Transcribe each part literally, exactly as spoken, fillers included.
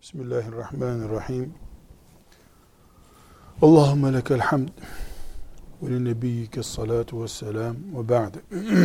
Bismillahirrahmanirrahim. Allahümme lekel hamd ve li nebiyyikes salatu vesselam ve ba'd.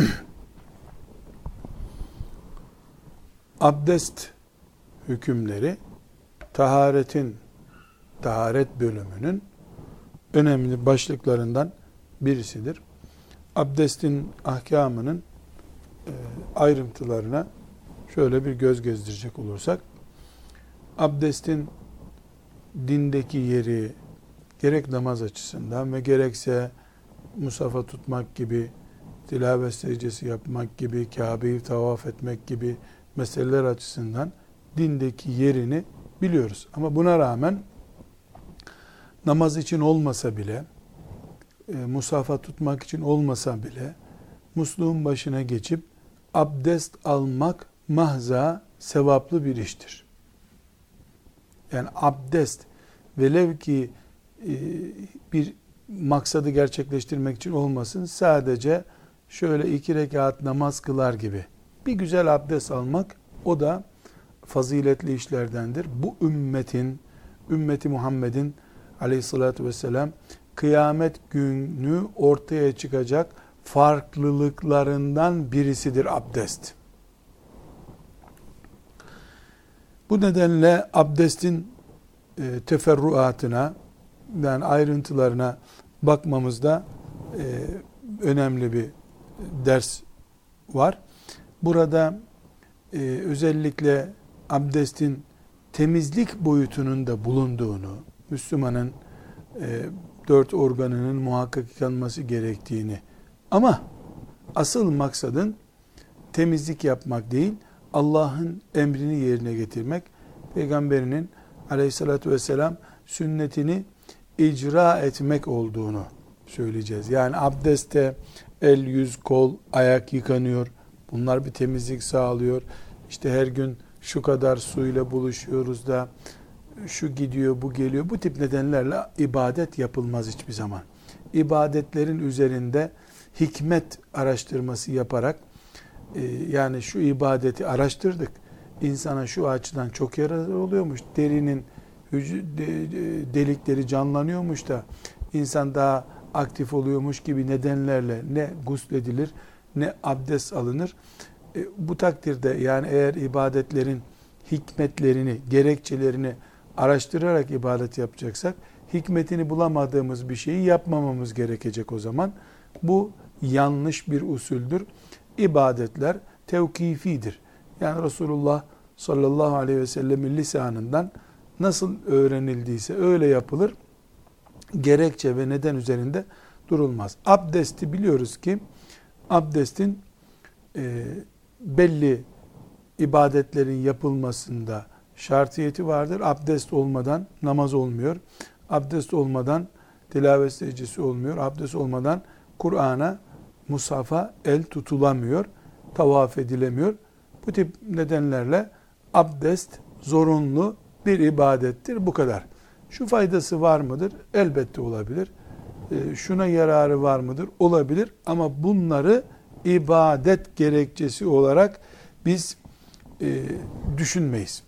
Abdest hükümleri taharetin, taharet bölümünün önemli başlıklarından birisidir. Abdestin ahkamının e, ayrıntılarına şöyle bir göz gezdirecek olursak, abdestin dindeki yeri gerek namaz açısından ve gerekse musafa tutmak gibi, tilavet secdesi yapmak gibi, Kabe'yi tavaf etmek gibi meseleler açısından dindeki yerini biliyoruz. Ama buna rağmen namaz için olmasa bile, e, musafa tutmak için olmasa bile musluğun başına geçip abdest almak mahza sevaplı bir iştir. Yani abdest velev ki e, bir maksadı gerçekleştirmek için olmasın, sadece şöyle iki rekat namaz kılar gibi bir güzel abdest almak, o da faziletli işlerdendir. Bu ümmetin, ümmeti Muhammed'in aleyhissalatü vesselam kıyamet günü ortaya çıkacak farklılıklarından birisidir abdest. Bu nedenle abdestin e, teferruatına, yani ayrıntılarına bakmamızda e, önemli bir ders var. Burada e, özellikle abdestin temizlik boyutunun da bulunduğunu, Müslümanın e, dört organının muhakkak yıkanması gerektiğini, ama asıl maksadın temizlik yapmak değil, Allah'ın emrini yerine getirmek, Peygamberinin aleyhissalatü vesselam sünnetini icra etmek olduğunu söyleyeceğiz. Yani abdestte el, yüz, kol, ayak yıkanıyor. Bunlar bir temizlik sağlıyor. İşte her gün şu kadar suyla buluşuyoruz da şu gidiyor, bu geliyor. Bu tip nedenlerle ibadet yapılmaz hiçbir zaman. İbadetlerin üzerinde hikmet araştırması yaparak, yani şu ibadeti araştırdık, insana şu açıdan çok yararlı oluyormuş, derinin delikleri canlanıyormuş da insan daha aktif oluyormuş gibi nedenlerle ne gusledilir ne abdest alınır. E, bu takdirde, yani eğer ibadetlerin hikmetlerini, gerekçelerini araştırarak ibadet yapacaksak, hikmetini bulamadığımız bir şeyi yapmamamız gerekecek o zaman. Bu yanlış bir usuldür. İbadetler tevkifidir. Yani Resulullah sallallahu aleyhi ve sellemin lisanından nasıl öğrenildiyse öyle yapılır. Gerekçe ve neden üzerinde durulmaz. Abdesti biliyoruz ki, abdestin e, belli ibadetlerin yapılmasında şartiyeti vardır. Abdest olmadan namaz olmuyor. Abdest olmadan tilavet secdesi olmuyor. Abdest olmadan Kur'an'a, mushafa el tutulamıyor, tavaf edilemiyor. Bu tip nedenlerle abdest zorunlu bir ibadettir. Bu kadar. Şu faydası var mıdır? Elbette olabilir. E, şuna yararı var mıdır? Olabilir. Ama bunları ibadet gerekçesi olarak biz e, düşünmeyiz.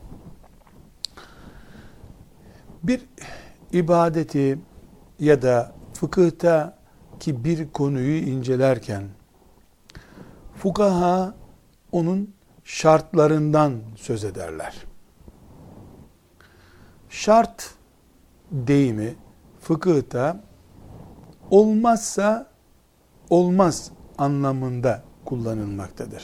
Bir ibadeti ya da fıkıhta ki bir konuyu incelerken fukaha onun şartlarından söz ederler. Şart deyimi fıkıhta olmazsa olmaz anlamında kullanılmaktadır.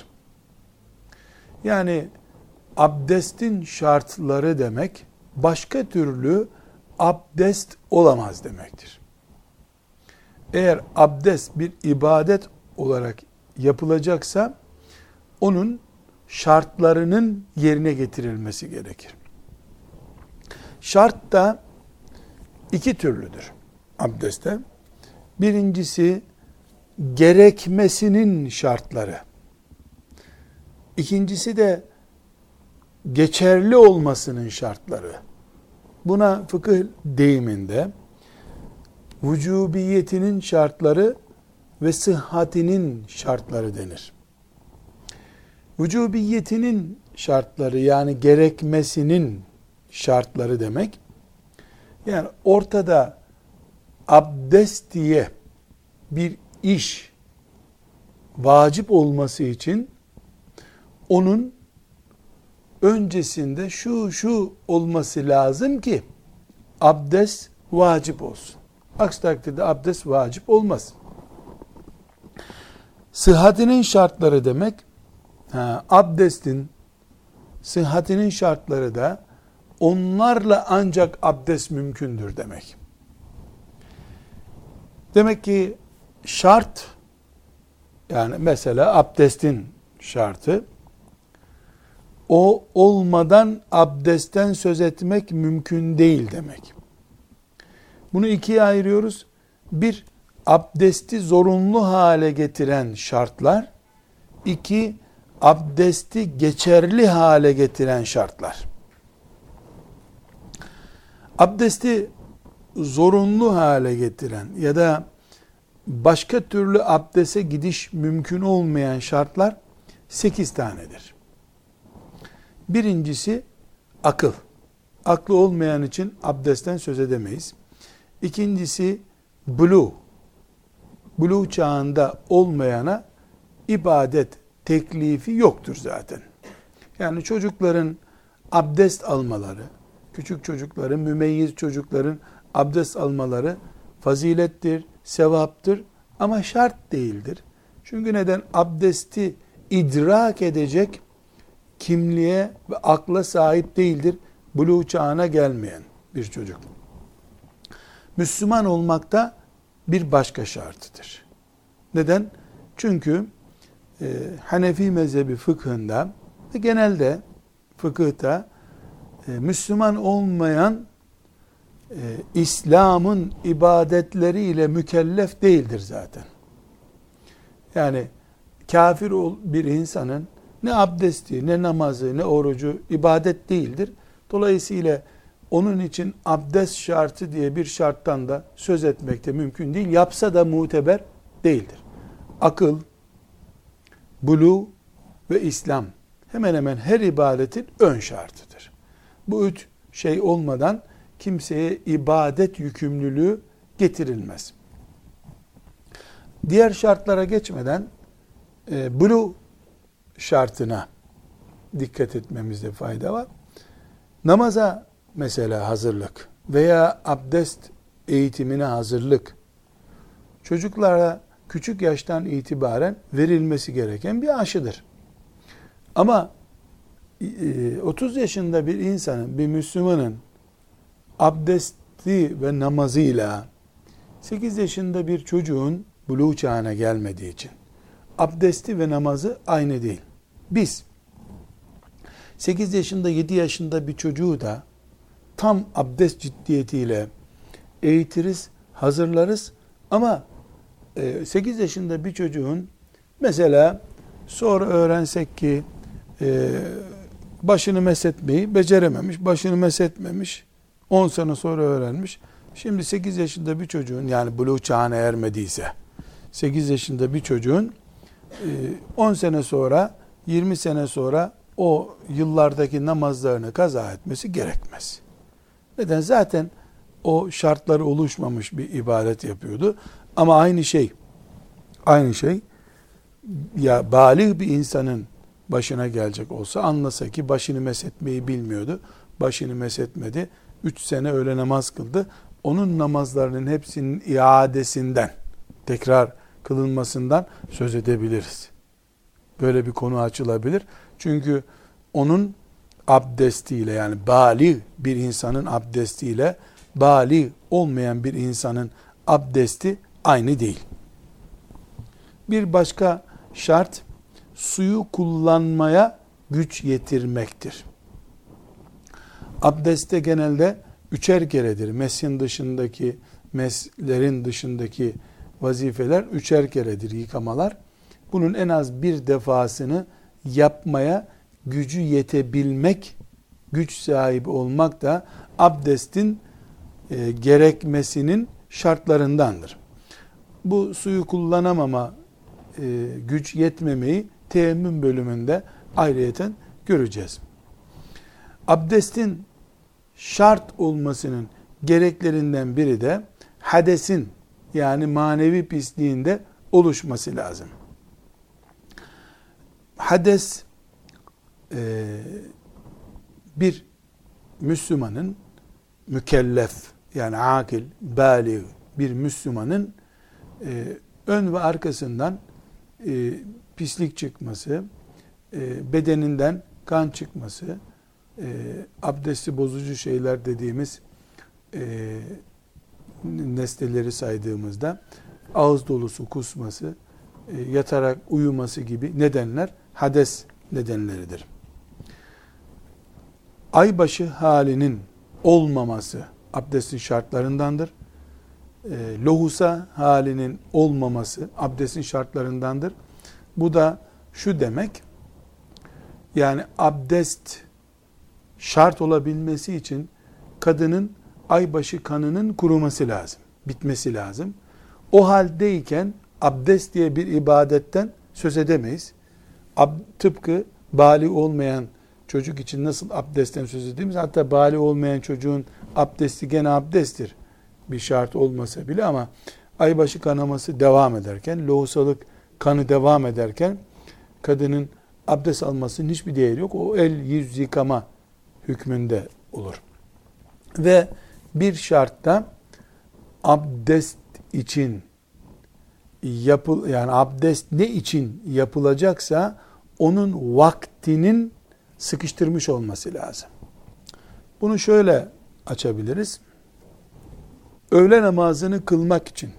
Yani abdestin şartları demek başka türlü abdest olamaz demektir. Eğer abdest bir ibadet olarak yapılacaksa onun şartlarının yerine getirilmesi gerekir. Şart da iki türlüdür abdestte. Birincisi gerekmesinin şartları. İkincisi de geçerli olmasının şartları. Buna fıkıh deyiminde vücubiyetinin şartları ve sıhhatinin şartları denir. Vücubiyetinin şartları, yani gerekmesinin şartları demek. Yani ortada abdest diye bir iş vacip olması için onun öncesinde şu şu olması lazım ki abdest vacip olsun. Aksi takdirde abdest vacip olmaz. Sıhhatinin şartları demek, ha, abdestin sıhhatinin şartları da onlarla ancak abdest mümkündür demek. Demek ki şart, yani mesela abdestin şartı, o olmadan abdestten söz etmek mümkün değil demek. Bunu ikiye ayırıyoruz. Bir, abdesti zorunlu hale getiren şartlar. İki, abdesti geçerli hale getiren şartlar. Abdesti zorunlu hale getiren ya da başka türlü abdeste gidiş mümkün olmayan şartlar sekiz tanedir. Birincisi akıl. Aklı olmayan için abdestten söz edemeyiz. İkincisi buluğ. Buluğ çağında olmayana ibadet teklifi yoktur zaten. Yani çocukların abdest almaları, küçük çocukların, mümeyyiz çocukların abdest almaları fazilettir, sevaptır ama şart değildir. Çünkü neden? Abdesti idrak edecek kimliğe ve akla sahip değildir buluğ çağına gelmeyen bir çocuk. Müslüman olmak da bir başka şartıdır. Neden? Çünkü e, Hanefi mezhebi fıkhında ve genelde fıkıhta e, Müslüman olmayan e, İslam'ın ibadetleriyle mükellef değildir zaten. Yani kafir bir insanın ne abdesti, ne namazı, ne orucu ibadet değildir. Dolayısıyla onun için abdest şartı diye bir şarttan da söz etmek de mümkün değil. Yapsa da muteber değildir. Akıl, buluğ ve İslam hemen hemen her ibadetin ön şartıdır. Bu üç şey olmadan kimseye ibadet yükümlülüğü getirilmez. Diğer şartlara geçmeden e, buluğ şartına dikkat etmemizde fayda var. Namaza mesela hazırlık veya abdest eğitimine hazırlık çocuklara küçük yaştan itibaren verilmesi gereken bir aşıdır. Ama otuz yaşında bir insanın, bir Müslümanın abdesti ve namazıyla sekiz yaşında bir çocuğun buluğ çağına gelmediği için abdesti ve namazı aynı değil. Biz sekiz yaşında, yedi yaşında bir çocuğu da tam abdest ciddiyetiyle eğitiriz, hazırlarız ama sekiz yaşında bir çocuğun mesela sonra öğrensek ki başını meshetmeyi becerememiş, başını meshetmemiş, on sene sonra öğrenmiş. Şimdi sekiz yaşında bir çocuğun, yani buluğ çağına ermediyse sekiz yaşında bir çocuğun on sene sonra, yirmi sene sonra o yıllardaki namazlarını kaza etmesi gerekmez. Neden? Zaten o şartları oluşmamış bir ibadet yapıyordu. Ama aynı şey, aynı şey ya bâlig bir insanın başına gelecek olsa, anlasa ki başını meshetmeyi bilmiyordu, başını meshetmedi, üç sene öyle namaz kıldı, onun namazlarının hepsinin iadesinden, tekrar kılınmasından söz edebiliriz. Böyle bir konu açılabilir. Çünkü onun abdestiyle, yani bâlig bir insanın abdestiyle bâlig olmayan bir insanın abdesti aynı değil. Bir başka şart suyu kullanmaya güç yetirmektir. Abdeste genelde üçer keredir. Mesin dışındaki, meslerin dışındaki vazifeler üçer keredir, yıkamalar. Bunun en az bir defasını yapmaya gücü yetebilmek, güç sahibi olmak da abdestin e, gerekmesinin şartlarındandır. Bu suyu kullanamama, e, güç yetmemeyi teyemmüm bölümünde ayrıyeten göreceğiz. Abdestin şart olmasının gereklerinden biri de hadesin, yani manevi pisliğinde oluşması lazım. Hades e, bir Müslümanın mükellef, yani akil, bâlig bir Müslümanın e, ön ve arkasından e, pislik çıkması, e, bedeninden kan çıkması, e, abdesti bozucu şeyler dediğimiz e, nesneleri saydığımızda ağız dolusu kusması, e, yatarak uyuması gibi nedenler hades nedenleridir. Aybaşı halinin olmaması abdestin şartlarındandır. E, lohusa halinin olmaması abdestin şartlarındandır. Bu da şu demek, yani abdest şart olabilmesi için kadının aybaşı kanının kuruması lazım, bitmesi lazım. O haldeyken abdest diye bir ibadetten söz edemeyiz. Ab, tıpkı bâli olmayan çocuk için nasıl abdestten söz ediyoruz? Hatta bâli olmayan çocuğun abdesti gene abdesttir. Bir şart olmasa bile, ama aybaşı kanaması devam ederken, lohusalık kanı devam ederken kadının abdest almasının hiçbir değeri yok. O el yüz yıkama hükmünde olur. Ve bir şartta abdest için yapıl yani abdest ne için yapılacaksa onun vaktinin sıkıştırmış olması lazım. Bunu şöyle açabiliriz. Öğle namazını kılmak için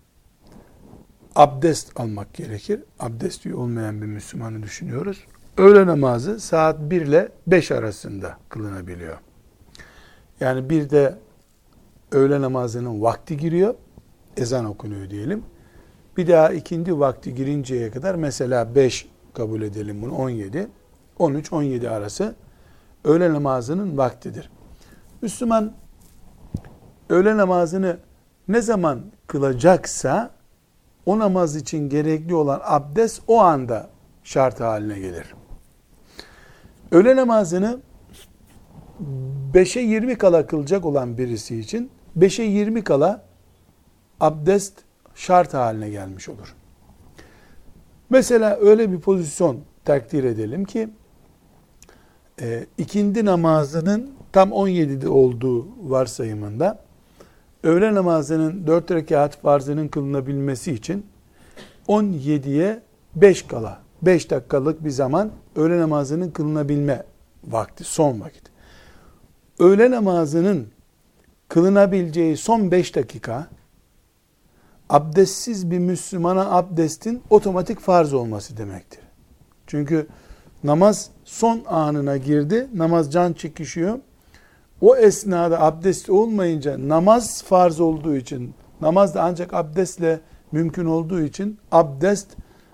abdest almak gerekir. Abdesti olmayan bir Müslümanı düşünüyoruz. Öğle namazı saat bir ile beş arasında kılınabiliyor. Yani bir de öğle namazının vakti giriyor, ezan okunuyor diyelim. Bir daha ikindi vakti girinceye kadar, mesela beş kabul edelim bunu, on yedi, on üç on yedi arası öğle namazının vaktidir. Müslüman öğle namazını ne zaman kılacaksa o namaz için gerekli olan abdest o anda şart haline gelir. Öğle namazını beşe yirmi kala kılacak olan birisi için beşe yirmi kala abdest şart haline gelmiş olur. Mesela öyle bir pozisyon takdir edelim ki e, ikindi namazının tam on yedide olduğu varsayımında öğle namazının dört rekat farzının kılınabilmesi için on yediye beş kala, beş dakikalık bir zaman öğle namazının kılınabilme vakti, son vakit. Öğle namazının kılınabileceği son beş dakika, abdestsiz bir Müslümana abdestin otomatik farz olması demektir. Çünkü namaz son anına girdi, namaz can çekişiyor. O esnada abdest olmayınca, namaz farz olduğu için, namaz da ancak abdestle mümkün olduğu için, abdest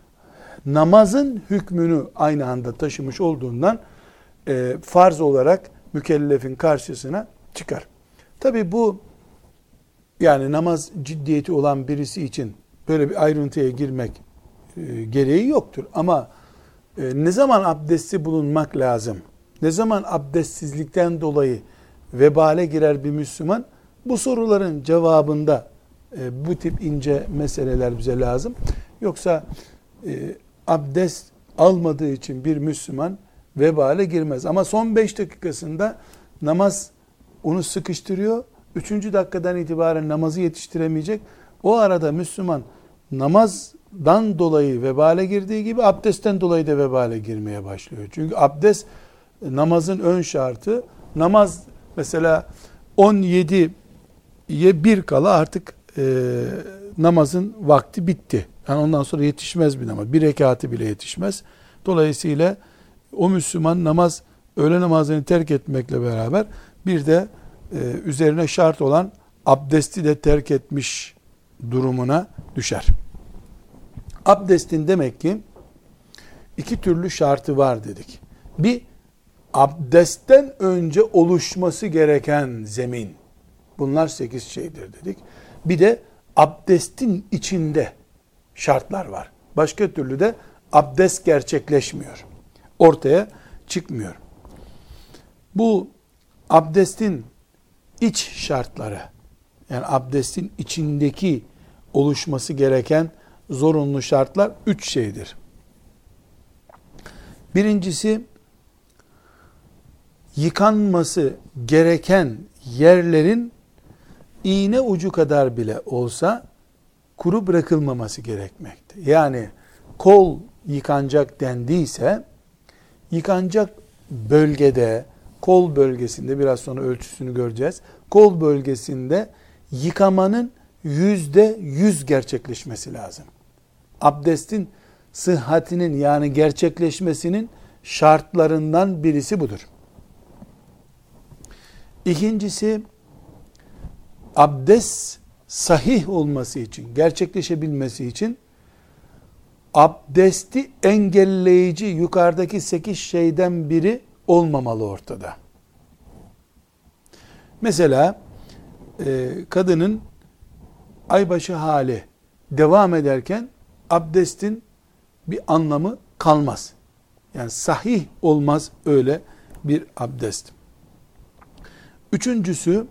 namazın hükmünü aynı anda taşımış olduğundan e, farz olarak mükellefin karşısına çıkar. Tabi bu, yani namaz ciddiyeti olan birisi için böyle bir ayrıntıya girmek e, gereği yoktur. Ama e, ne zaman abdesti bulunmak lazım? Ne zaman abdestsizlikten dolayı vebale girer bir Müslüman? Bu soruların cevabında e, bu tip ince meseleler bize lazım. Yoksa e, abdest almadığı için bir Müslüman vebale girmez. Ama son beş dakikasında namaz onu sıkıştırıyor. Üçüncü dakikadan itibaren namazı yetiştiremeyecek. O arada Müslüman namazdan dolayı vebale girdiği gibi abdestten dolayı da vebale girmeye başlıyor. Çünkü abdest namazın ön şartı. Namaz mesela on yediye bir kala artık e, namazın vakti bitti. Yani ondan sonra yetişmez bir namaz. Bir rekatı bile yetişmez. Dolayısıyla o Müslüman namaz, öğle namazını terk etmekle beraber bir de e, üzerine şart olan abdesti de terk etmiş durumuna düşer. Abdestin demek ki iki türlü şartı var dedik. Bir, abdestten önce oluşması gereken zemin. Bunlar sekiz şeydir dedik. Bir de abdestin içinde şartlar var. Başka türlü de abdest gerçekleşmiyor. Ortaya çıkmıyor. Bu abdestin iç şartları, yani abdestin içindeki oluşması gereken zorunlu şartlar üç şeydir. Birincisi, yıkanması gereken yerlerin iğne ucu kadar bile olsa kuru bırakılmaması gerekmekte. Yani kol yıkanacak dendiyse, yıkanacak bölgede, kol bölgesinde, biraz sonra ölçüsünü göreceğiz, kol bölgesinde yıkamanın yüzde yüz gerçekleşmesi lazım. Abdestin sıhhatinin, yani gerçekleşmesinin şartlarından birisi budur. İkincisi, abdest sahih olması için, gerçekleşebilmesi için abdesti engelleyici yukarıdaki sekiz şeyden biri olmamalı ortada. Mesela e, kadının aybaşı hali devam ederken abdestin bir anlamı kalmaz. Yani sahih olmaz öyle bir abdest. Üçüncüsü,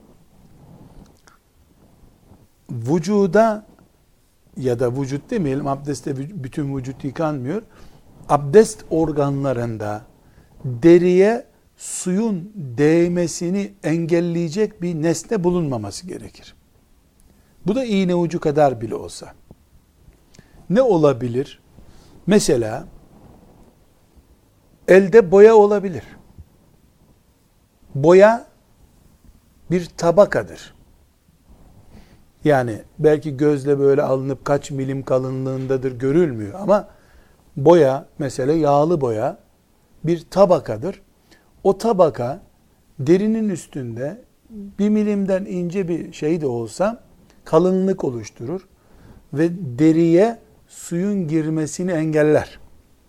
vücuda ya da vücut demeyelim, abdestte bütün vücut yıkanmıyor. Abdest organlarında deriye suyun değmesini engelleyecek bir nesne bulunmaması gerekir. Bu da iğne ucu kadar bile olsa. Ne olabilir? Mesela elde boya olabilir. Boya bir tabakadır. Yani belki gözle böyle alınıp kaç milim kalınlığındadır görülmüyor ama boya, mesela yağlı boya bir tabakadır. O tabaka derinin üstünde bir milimden ince bir şey de olsa kalınlık oluşturur ve deriye suyun girmesini engeller.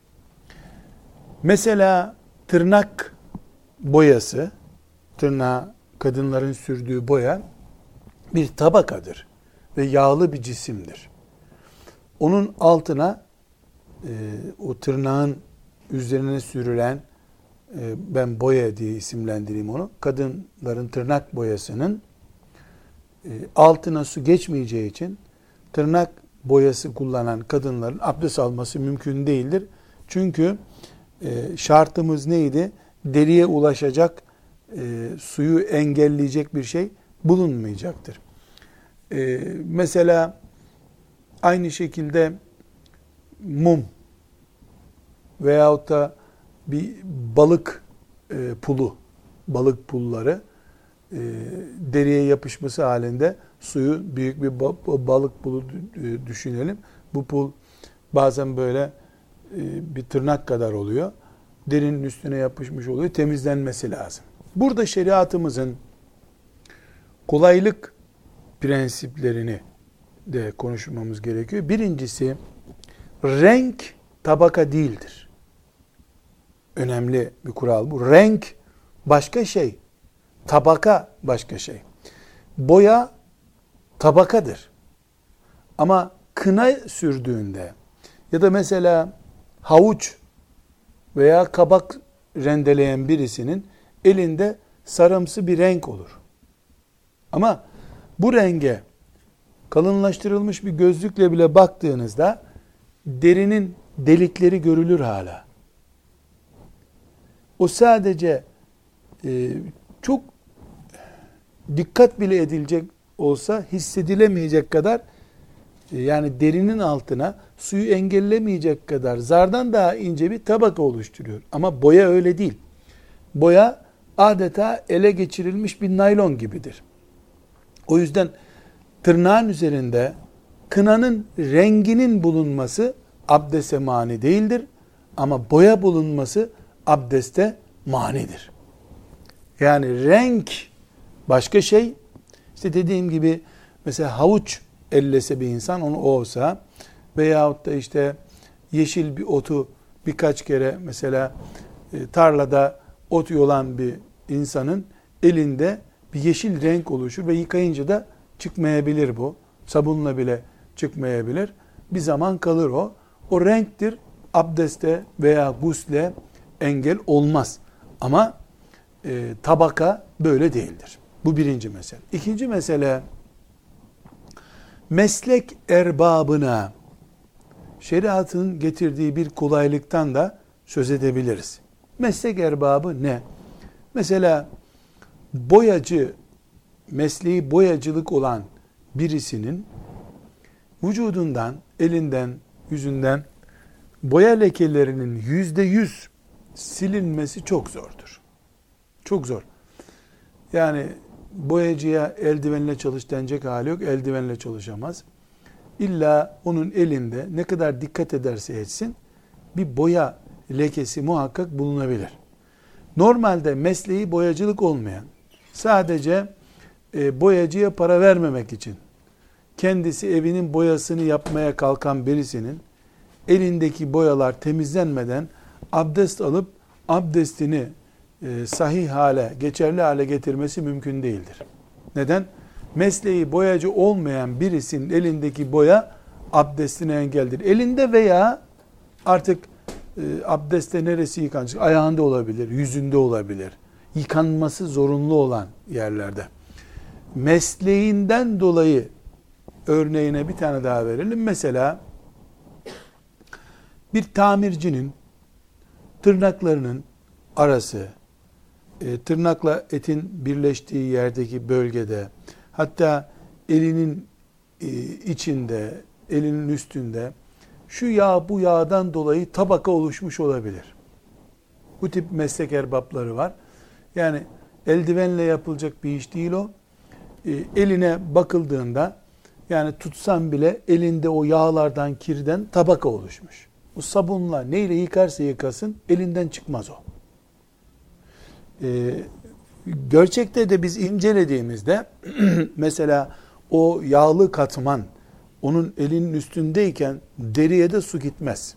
Mesela tırnak boyası, tırnağa kadınların sürdüğü boya bir tabakadır ve yağlı bir cisimdir. Onun altına e, o tırnağın üzerine sürülen, e, ben boya diye isimlendireyim onu, kadınların tırnak boyasının e, altına su geçmeyeceği için tırnak boyası kullanan kadınların abdest alması mümkün değildir. Çünkü e, şartımız neydi? Deriye ulaşacak, e, suyu engelleyecek bir şey bulunmayacaktır. Ee, mesela aynı şekilde mum veyahut da bir balık e, pulu, balık pulları e, deriye yapışması halinde suyu, büyük bir ba- balık pulu e, düşünelim. Bu pul bazen böyle e, bir tırnak kadar oluyor. Derinin üstüne yapışmış oluyor. Temizlenmesi lazım. Burada şeriatımızın kolaylık prensiplerini de konuşmamız gerekiyor. Birincisi, renk tabaka değildir. Önemli bir kural bu. Renk başka şey, tabaka başka şey. Boya tabakadır. Ama kına sürdüğünde ya da mesela havuç veya kabak rendeleyen birisinin elinde sarımsı bir renk olur. Ama bu renge kalınlaştırılmış bir gözlükle bile baktığınızda derinin delikleri görülür hala. O sadece e, çok dikkat bile edilecek olsa hissedilemeyecek kadar, e, yani derinin altına suyu engellemeyecek kadar zardan daha ince bir tabaka oluşturuyor. Ama boya öyle değil. Boya adeta ele geçirilmiş bir naylon gibidir. O yüzden tırnağın üzerinde kınanın renginin bulunması abdeste mani değildir. Ama boya bulunması abdeste manidir. Yani renk başka şey. İşte dediğim gibi mesela havuç ellese bir insan, onu olsa veyahut da işte yeşil bir otu birkaç kere, mesela e, tarlada ot yolan bir insanın elinde bir yeşil renk oluşur ve yıkayınca da çıkmayabilir bu. Sabunla bile çıkmayabilir. Bir zaman kalır o. O renktir. Abdeste veya gusle engel olmaz. Ama e, tabaka böyle değildir. Bu birinci mesele. İkinci mesele, meslek erbabına şeriatın getirdiği bir kolaylıktan da söz edebiliriz. Meslek erbabı ne? Mesela boyacı, mesleği boyacılık olan birisinin vücudundan, elinden, yüzünden boya lekelerinin yüzde yüz silinmesi çok zordur. Çok zor. Yani boyacıya eldivenle çalış denecek hali yok. Eldivenle çalışamaz. İlla onun elinde ne kadar dikkat ederse etsin bir boya lekesi muhakkak bulunabilir. Normalde mesleği boyacılık olmayan, sadece e, boyacıya para vermemek için kendisi evinin boyasını yapmaya kalkan birisinin elindeki boyalar temizlenmeden abdest alıp abdestini e, sahih hale, geçerli hale getirmesi mümkün değildir. Neden? Mesleği boyacı olmayan birisinin elindeki boya abdestine engeldir. Elinde veya artık e, abdestte neresi yıkanacak? Ayağında olabilir, yüzünde olabilir. Yıkanması zorunlu olan yerlerde. Mesleğinden dolayı örneğine bir tane daha verelim. Mesela bir tamircinin tırnaklarının arası, e, tırnakla etin birleştiği yerdeki bölgede, hatta elinin e, içinde, elinin üstünde şu yağ bu yağdan dolayı tabaka oluşmuş olabilir. Bu tip meslek erbapları var. Yani eldivenle yapılacak bir iş değil o. E, eline bakıldığında, yani tutsan bile elinde o yağlardan, kirden tabaka oluşmuş. O sabunla neyle yıkarsa yıkasın elinden çıkmaz o. Ee, gerçekte de biz incelediğimizde mesela o yağlı katman onun elinin üstündeyken deriye de su gitmez.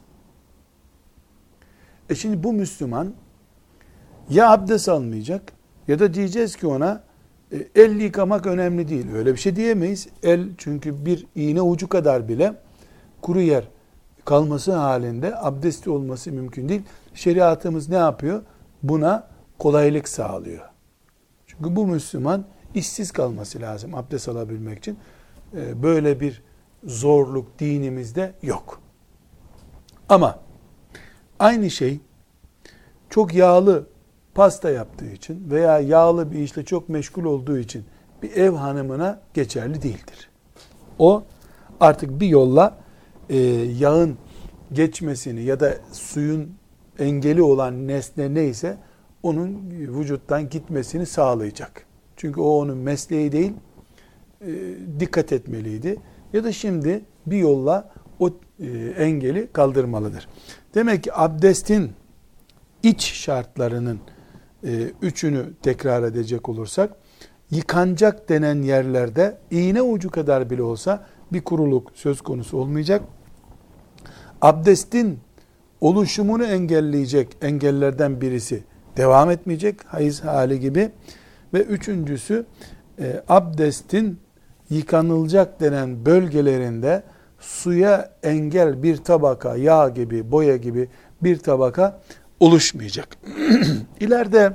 E şimdi bu Müslüman ya abdest almayacak ya da diyeceğiz ki ona e, el yıkamak önemli değil. Öyle bir şey diyemeyiz. El çünkü bir iğne ucu kadar bile kuru yer kalması halinde abdesti olması mümkün değil. Şeriatımız ne yapıyor? Buna kolaylık sağlıyor. Çünkü bu Müslüman işsiz kalması lazım abdest alabilmek için. Böyle bir zorluk dinimizde yok. Ama aynı şey çok yağlı pasta yaptığı için veya yağlı bir işle çok meşgul olduğu için bir ev hanımına geçerli değildir. O artık bir yolla e, yağın geçmesini ya da suyun engeli olan nesne neyse onun vücuttan gitmesini sağlayacak. Çünkü o onun mesleği değil, e, dikkat etmeliydi. Ya da şimdi bir yolla o e, engeli kaldırmalıdır. Demek ki abdestin iç şartlarının e, üçünü tekrar edecek olursak, yıkanacak denen yerlerde iğne ucu kadar bile olsa bir kuruluk söz konusu olmayacak. Abdestin oluşumunu engelleyecek engellerden birisi devam etmeyecek, hayız hali gibi. Ve üçüncüsü e, abdestin yıkanılacak denen bölgelerinde suya engel bir tabaka, yağ gibi, boya gibi bir tabaka oluşmayacak. İleride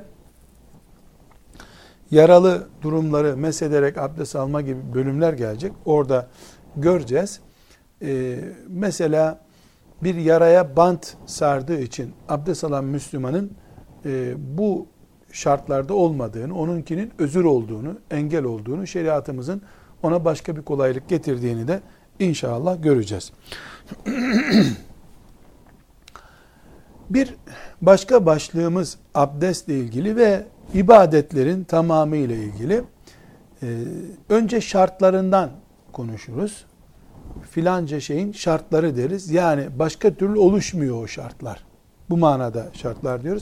yaralı durumları mesederek abdest alma gibi bölümler gelecek. Orada göreceğiz. Ee, mesela bir yaraya bant sardığı için abdest alan Müslümanın e, bu şartlarda olmadığını, onunkinin özür olduğunu, engel olduğunu, şeriatımızın ona başka bir kolaylık getirdiğini de inşallah göreceğiz. Bir başka başlığımız abdestle ilgili ve ibadetlerin tamamı ile ilgili. Ee, önce şartlarından konuşuruz. Filanca şeyin şartları deriz. Yani başka türlü oluşmuyor o şartlar. Bu manada şartlar diyoruz.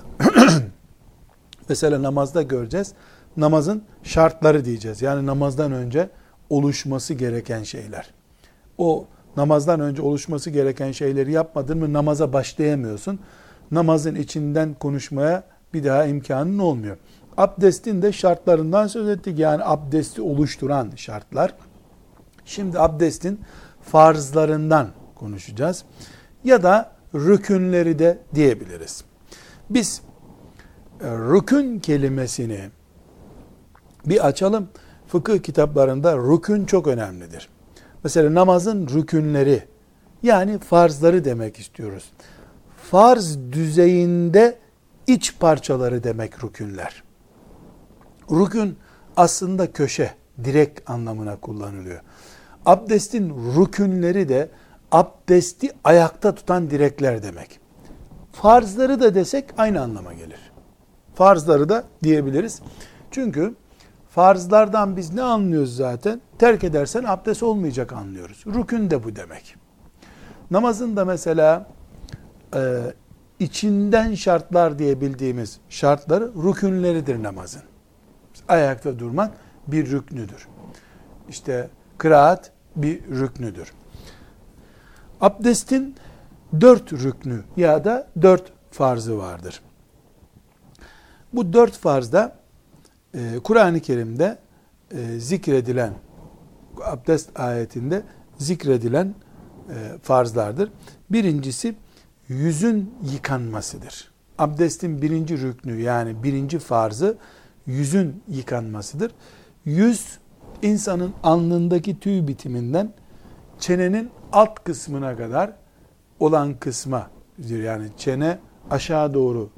Mesela namazda göreceğiz. Namazın şartları diyeceğiz. Yani namazdan önce oluşması gereken şeyler. O namazdan önce oluşması gereken şeyleri yapmadın mı namaza başlayamıyorsun. Namazın içinden konuşmaya bir daha imkanın olmuyor. Abdestin de şartlarından söz ettik. Yani abdesti oluşturan şartlar. Şimdi abdestin farzlarından konuşacağız. Ya da rükünleri de diyebiliriz. Biz rükün kelimesini Bir açalım. Fıkıh kitaplarında rükün çok önemlidir. Mesela namazın rükünleri, yani farzları demek istiyoruz. Farz düzeyinde iç parçaları demek rükünler. Rükün aslında köşe, direk anlamına kullanılıyor. Abdestin rükünleri de abdesti ayakta tutan direkler demek. Farzları da desek aynı anlama gelir. Farzları da diyebiliriz. Çünkü farzlardan biz ne anlıyoruz zaten? Terk edersen abdest olmayacak anlıyoruz. Rükün de bu demek. Namazın da mesela e, içinden şartlar diye bildiğimiz şartları rükünleridir namazın. Ayakta durmak bir rüknüdür. İşte kıraat bir rüknüdür. Abdestin dört rüknü ya da dört farzı vardır. Bu dört farzda e, Kur'an-ı Kerim'de e, zikredilen, abdest ayetinde zikredilen e, farzlardır. Birincisi yüzün yıkanmasıdır. Abdestin birinci rüknü, yani birinci farzı yüzün yıkanmasıdır. Yüz, insanın alnındaki tüy bitiminden çenenin alt kısmına kadar olan kısma, yani çene aşağı doğru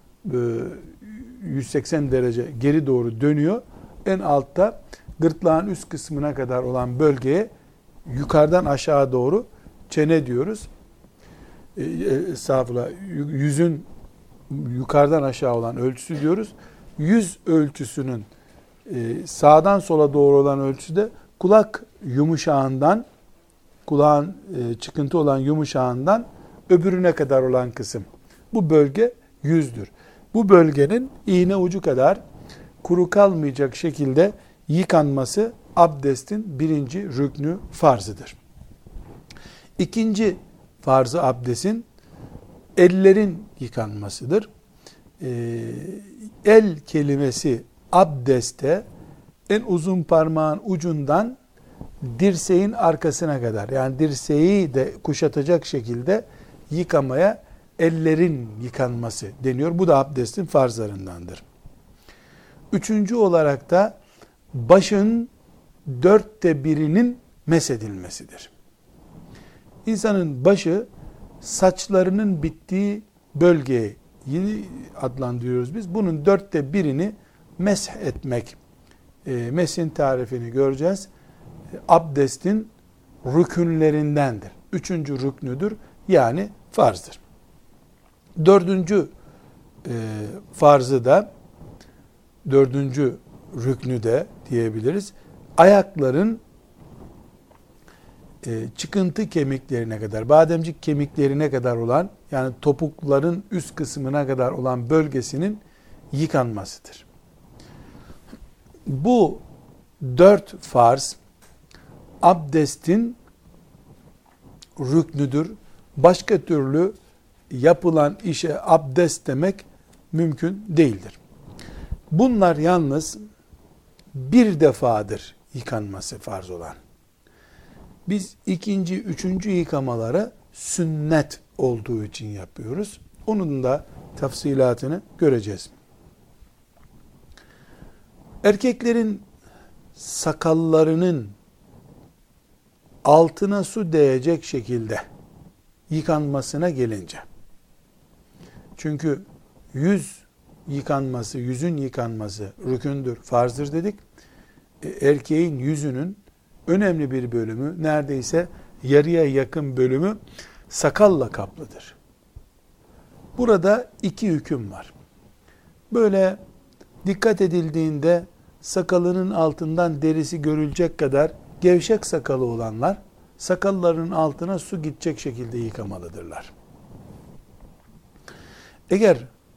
yüz seksen derece geri doğru dönüyor. En altta gırtlağın üst kısmına kadar olan bölgeye yukarıdan aşağı doğru çene diyoruz. Estağfurullah, yüzün yukarıdan aşağı olan ölçüsü diyoruz. Yüz ölçüsünün sağdan sola doğru olan ölçüsü de kulak yumuşağından, kulağın çıkıntı olan yumuşağından öbürüne kadar olan kısım. Bu bölge yüzdür. Bu bölgenin iğne ucu kadar kuru kalmayacak şekilde yıkanması abdestin birinci rüknü farzıdır. İkinci farzı abdestin ellerin yıkanmasıdır. Ee, el kelimesi abdeste en uzun parmağın ucundan dirseğin arkasına kadar, yani dirseği de kuşatacak şekilde yıkamaya ellerin yıkanması deniyor. Bu da abdestin farzlarındandır. Üçüncü olarak da başın dörtte birinin mesedilmesidir. İnsanın başı saçlarının bittiği bölgeyi adlandırıyoruz biz. Bunun dörtte birini mesh etmek. E, mesin tarifini göreceğiz. E, abdestin rükünlerindendir. Üçüncü rüknüdür. Yani farzdır. Dördüncü e, farzı da, dördüncü rüknü de diyebiliriz. Ayakların e, çıkıntı kemiklerine kadar, bademcik kemiklerine kadar olan, yani topukların üst kısmına kadar olan bölgesinin yıkanmasıdır. Bu dört farz abdestin rüknüdür. Başka türlü yapılan işe abdest demek mümkün değildir. Bunlar yalnız bir defadır yıkanması farz olan. Biz ikinci, üçüncü yıkamaları sünnet olduğu için yapıyoruz. Onun da tafsilatını göreceğiz. Erkeklerin sakallarının altına su değecek şekilde yıkanmasına gelince, çünkü yüz yıkanması, yüzün yıkanması rükündür, farzdır dedik. E, erkeğin yüzünün önemli bir bölümü, neredeyse yarıya yakın bölümü sakalla kaplıdır. Burada iki hüküm var. Böyle dikkat edildiğinde sakalının altından derisi görülecek kadar gevşek sakalı olanlar, sakallarının altına su gidecek şekilde yıkamalıdırlar. Eğer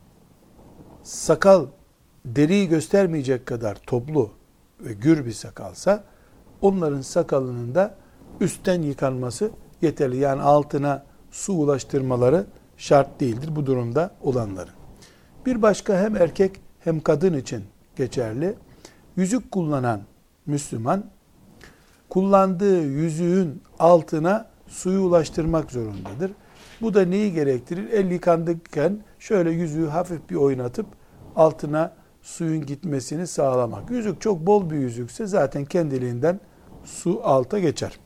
sakal deriyi göstermeyecek kadar toplu ve gür bir sakalsa, onların sakalının da üstten yıkanması yeterli. Yani altına su ulaştırmaları şart değildir bu durumda olanların. Bir başka, hem erkek hem kadın için geçerli. Yüzük kullanan Müslüman, kullandığı yüzüğün altına suyu ulaştırmak zorundadır. Bu da neyi gerektirir? El yıkandıkken şöyle yüzüğü hafif bir oynatıp altına suyun gitmesini sağlamak. Yüzük çok bol bir yüzükse zaten kendiliğinden su alta geçer.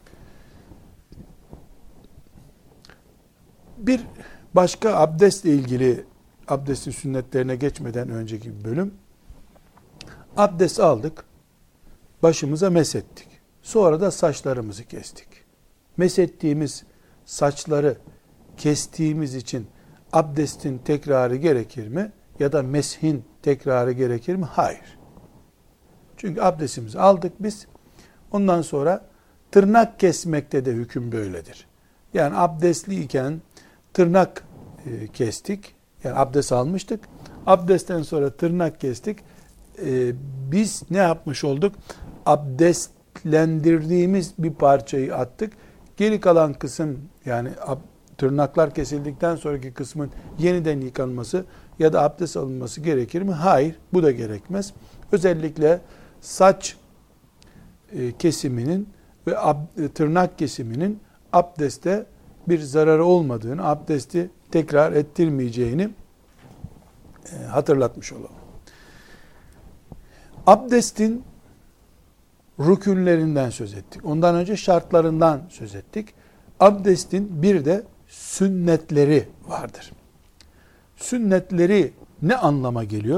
Bir başka abdestle ilgili, abdestin sünnetlerine geçmeden önceki bir bölüm. Abdest aldık, başımıza mesettik. Sonra da saçlarımızı kestik. Mesettiğimiz saçları kestiğimiz için abdestin tekrarı gerekir mi? Ya da meshin tekrarı gerekir mi? Hayır. Çünkü abdestimizi aldık biz. Ondan sonra tırnak kesmekte de hüküm böyledir. Yani abdestliyken tırnak e, kestik. Yani abdest almıştık. Abdestten sonra tırnak kestik. E, biz ne yapmış olduk? Abdestlendirdiğimiz bir parçayı attık. Geri kalan kısım, yani ab, tırnaklar kesildikten sonraki kısmın yeniden yıkanması ya da abdest alınması gerekir mi? Hayır, bu da gerekmez. Özellikle saç e, kesiminin ve ab, e, tırnak kesiminin abdeste bir zararı olmadığını, abdesti tekrar ettirmeyeceğini e, hatırlatmış olalım. Abdestin rükünlerinden söz ettik. Ondan önce şartlarından söz ettik. Abdestin bir de sünnetleri vardır. Sünnetleri ne anlama geliyor?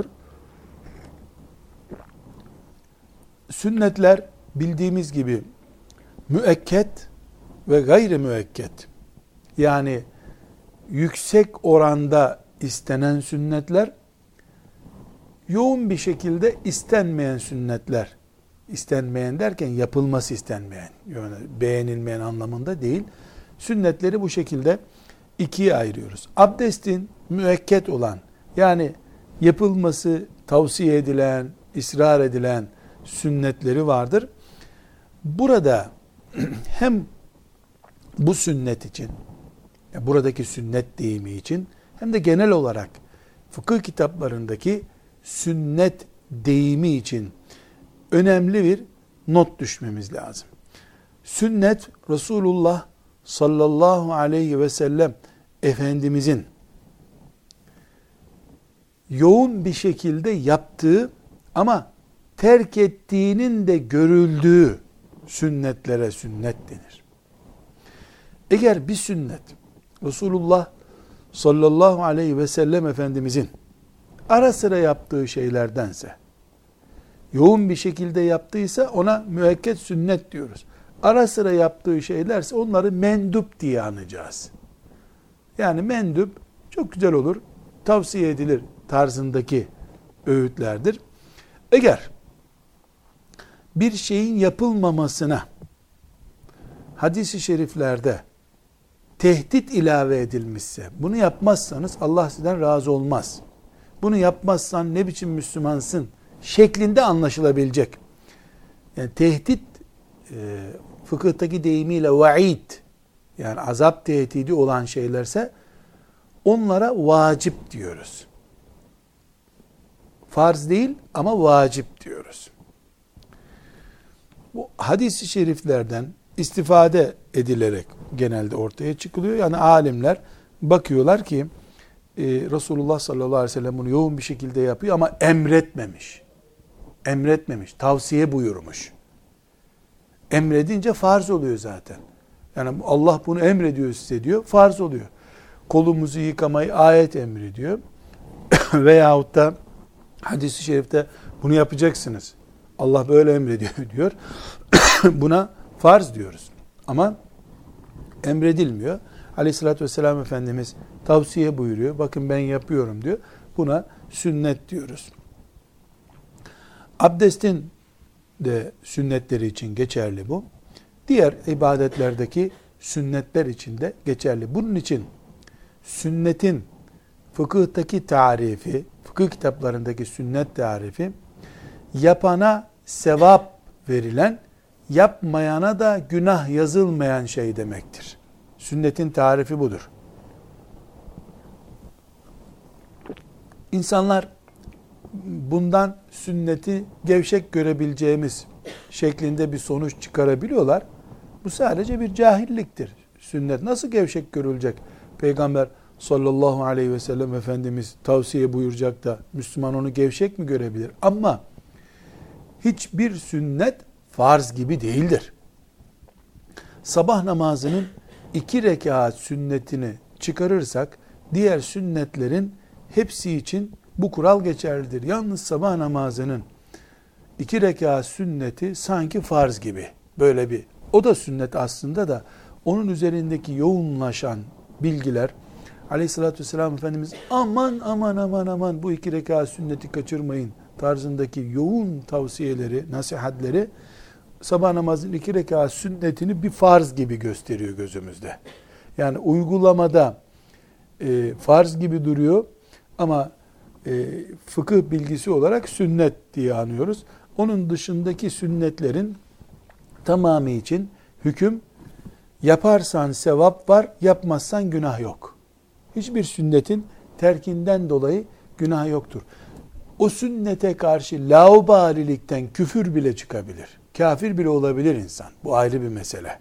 Sünnetler bildiğimiz gibi müekket ve gayri müekket. Yani yüksek oranda istenen sünnetler, yoğun bir şekilde istenmeyen sünnetler. İstenmeyen derken yapılması istenmeyen, yani beğenilmeyen anlamında değil. Sünnetleri bu şekilde ikiye ayırıyoruz. Abdestin müekket olan, yani yapılması tavsiye edilen, ısrar edilen sünnetleri vardır. Burada hem bu sünnet için, buradaki sünnet deyimi için, hem de genel olarak fıkıh kitaplarındaki sünnet deyimi için önemli bir not düşmemiz lazım. Sünnet, Resulullah sallallahu aleyhi ve sellem Efendimizin yoğun bir şekilde yaptığı ama terk ettiğinin de görüldüğü sünnetlere sünnet denir. Eğer bir sünnet Resulullah sallallahu aleyhi ve sellem Efendimizin ara sıra yaptığı şeylerdense, yoğun bir şekilde yaptıysa ona müekket sünnet diyoruz. Ara sıra yaptığı şeylerse onları mendup diye anacağız. Yani mendup çok güzel olur, tavsiye edilir tarzındaki öğütlerdir. Eğer bir şeyin yapılmamasına hadis-i şeriflerde tehdit ilave edilmişse, bunu yapmazsanız Allah sizden razı olmaz, bunu yapmazsan ne biçim Müslümansın şeklinde anlaşılabilecek, yani tehdit e, fıkıhtaki deyimiyle vaid, yani azap tehdidi olan şeylerse onlara vacip diyoruz. Farz değil ama vacip diyoruz. Bu hadis-i şeriflerden istifade edilerek genelde ortaya çıkılıyor. Yani alimler bakıyorlar ki e, Resulullah sallallahu aleyhi ve sellem bunu yoğun bir şekilde yapıyor ama emretmemiş. Emretmemiş, tavsiye buyurmuş. Emredince farz oluyor zaten. Yani Allah bunu emrediyor size diyor, farz oluyor. Kolumuzu yıkamayı ayet emrediyor. Veyahut da hadis-i şerifte bunu yapacaksınız, Allah böyle emrediyor diyor. Buna farz diyoruz. Ama emredilmiyor. Aleyhissalatü vesselam Efendimiz tavsiye buyuruyor. Bakın ben yapıyorum diyor. Buna sünnet diyoruz. Abdestin de sünnetleri için geçerli bu. Diğer ibadetlerdeki sünnetler için de geçerli. Bunun için sünnetin fıkıhtaki tarifi, fıkıh kitaplarındaki sünnet tarifi, yapana sevap verilen, yapmayana da günah yazılmayan şey demektir. Sünnetin tarifi budur. İnsanlar bundan sünneti gevşek görebileceğimiz şeklinde bir sonuç çıkarabiliyorlar. Bu sadece bir cahilliktir. Sünnet nasıl gevşek görülecek? Peygamber sallallahu aleyhi ve sellem Efendimiz tavsiye buyuracak da Müslüman onu gevşek mi görebilir? Ama hiçbir sünnet farz gibi değildir. Sabah namazının iki rekat sünnetini çıkarırsak diğer sünnetlerin hepsi için bu kural geçerlidir. Yalnız sabah namazının iki rekat sünneti sanki farz gibi. Böyle bir, o da sünnet aslında da onun üzerindeki yoğunlaşan bilgiler, Aleyhissalatü vesselam Efendimiz aman aman aman aman bu iki rekat sünneti kaçırmayın tarzındaki yoğun tavsiyeleri, nasihatleri sabah namazının iki rekat sünnetini bir farz gibi gösteriyor gözümüzde. Yani uygulamada e, farz gibi duruyor ama e, fıkıh bilgisi olarak sünnet diye anıyoruz. Onun dışındaki sünnetlerin tamamı için hüküm, yaparsan sevap var, yapmazsan günah yok. Hiçbir sünnetin terkinden dolayı günah yoktur. O sünnete karşı laubalilikten küfür bile çıkabilir. Kafir bile olabilir insan. Bu ayrı bir mesele.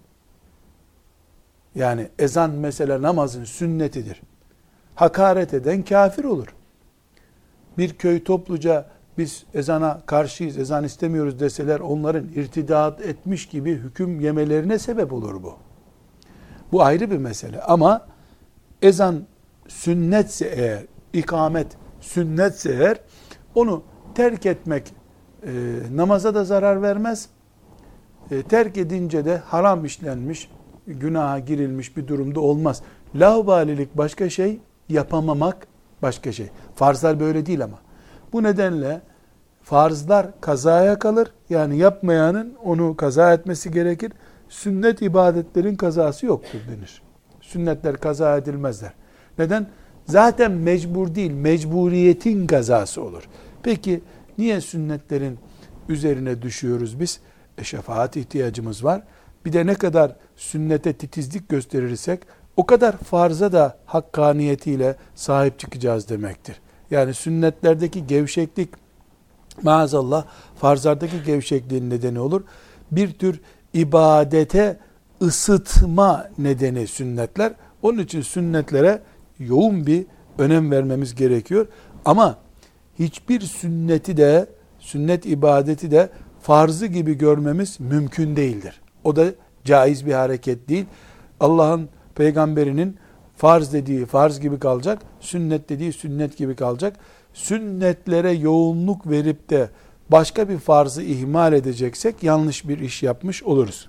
Yani ezan mesela namazın sünnetidir. Hakaret eden kafir olur. Bir köy topluca biz ezana karşıyız, ezan istemiyoruz deseler onların irtidat etmiş gibi hüküm yemelerine sebep olur bu. Bu ayrı bir mesele. Ama ezan sünnetse eğer, ikamet sünnetse eğer, onu terk etmek e, namaza da zarar vermez. E, terk edince de haram işlenmiş, günaha girilmiş bir durumda olmaz. Laubalilik başka şey, yapamamak başka şey. Farzlar böyle değil ama. Bu nedenle farzlar kazaya kalır. Yani yapmayanın onu kaza etmesi gerekir. Sünnet ibadetlerin kazası yoktur denir. Sünnetler kaza edilmezler. Neden? Zaten mecbur değil, mecburiyetin kazası olur. Peki niye sünnetlerin üzerine düşüyoruz biz? E, şefaat ihtiyacımız var. Bir de ne kadar sünnete titizlik gösterirsek o kadar farza da hakkaniyetiyle sahip çıkacağız demektir. Yani sünnetlerdeki gevşeklik maazallah farzlardaki gevşekliğin nedeni olur. Bir tür ibadete ısıtma nedeni sünnetler. Onun için sünnetlere yoğun bir önem vermemiz gerekiyor. Ama hiçbir sünneti de, sünnet ibadeti de farzı gibi görmemiz mümkün değildir. O da caiz bir hareket değil. Allah'ın peygamberinin farz dediği farz gibi kalacak, sünnet dediği sünnet gibi kalacak. Sünnetlere yoğunluk verip de başka bir farzı ihmal edeceksek yanlış bir iş yapmış oluruz.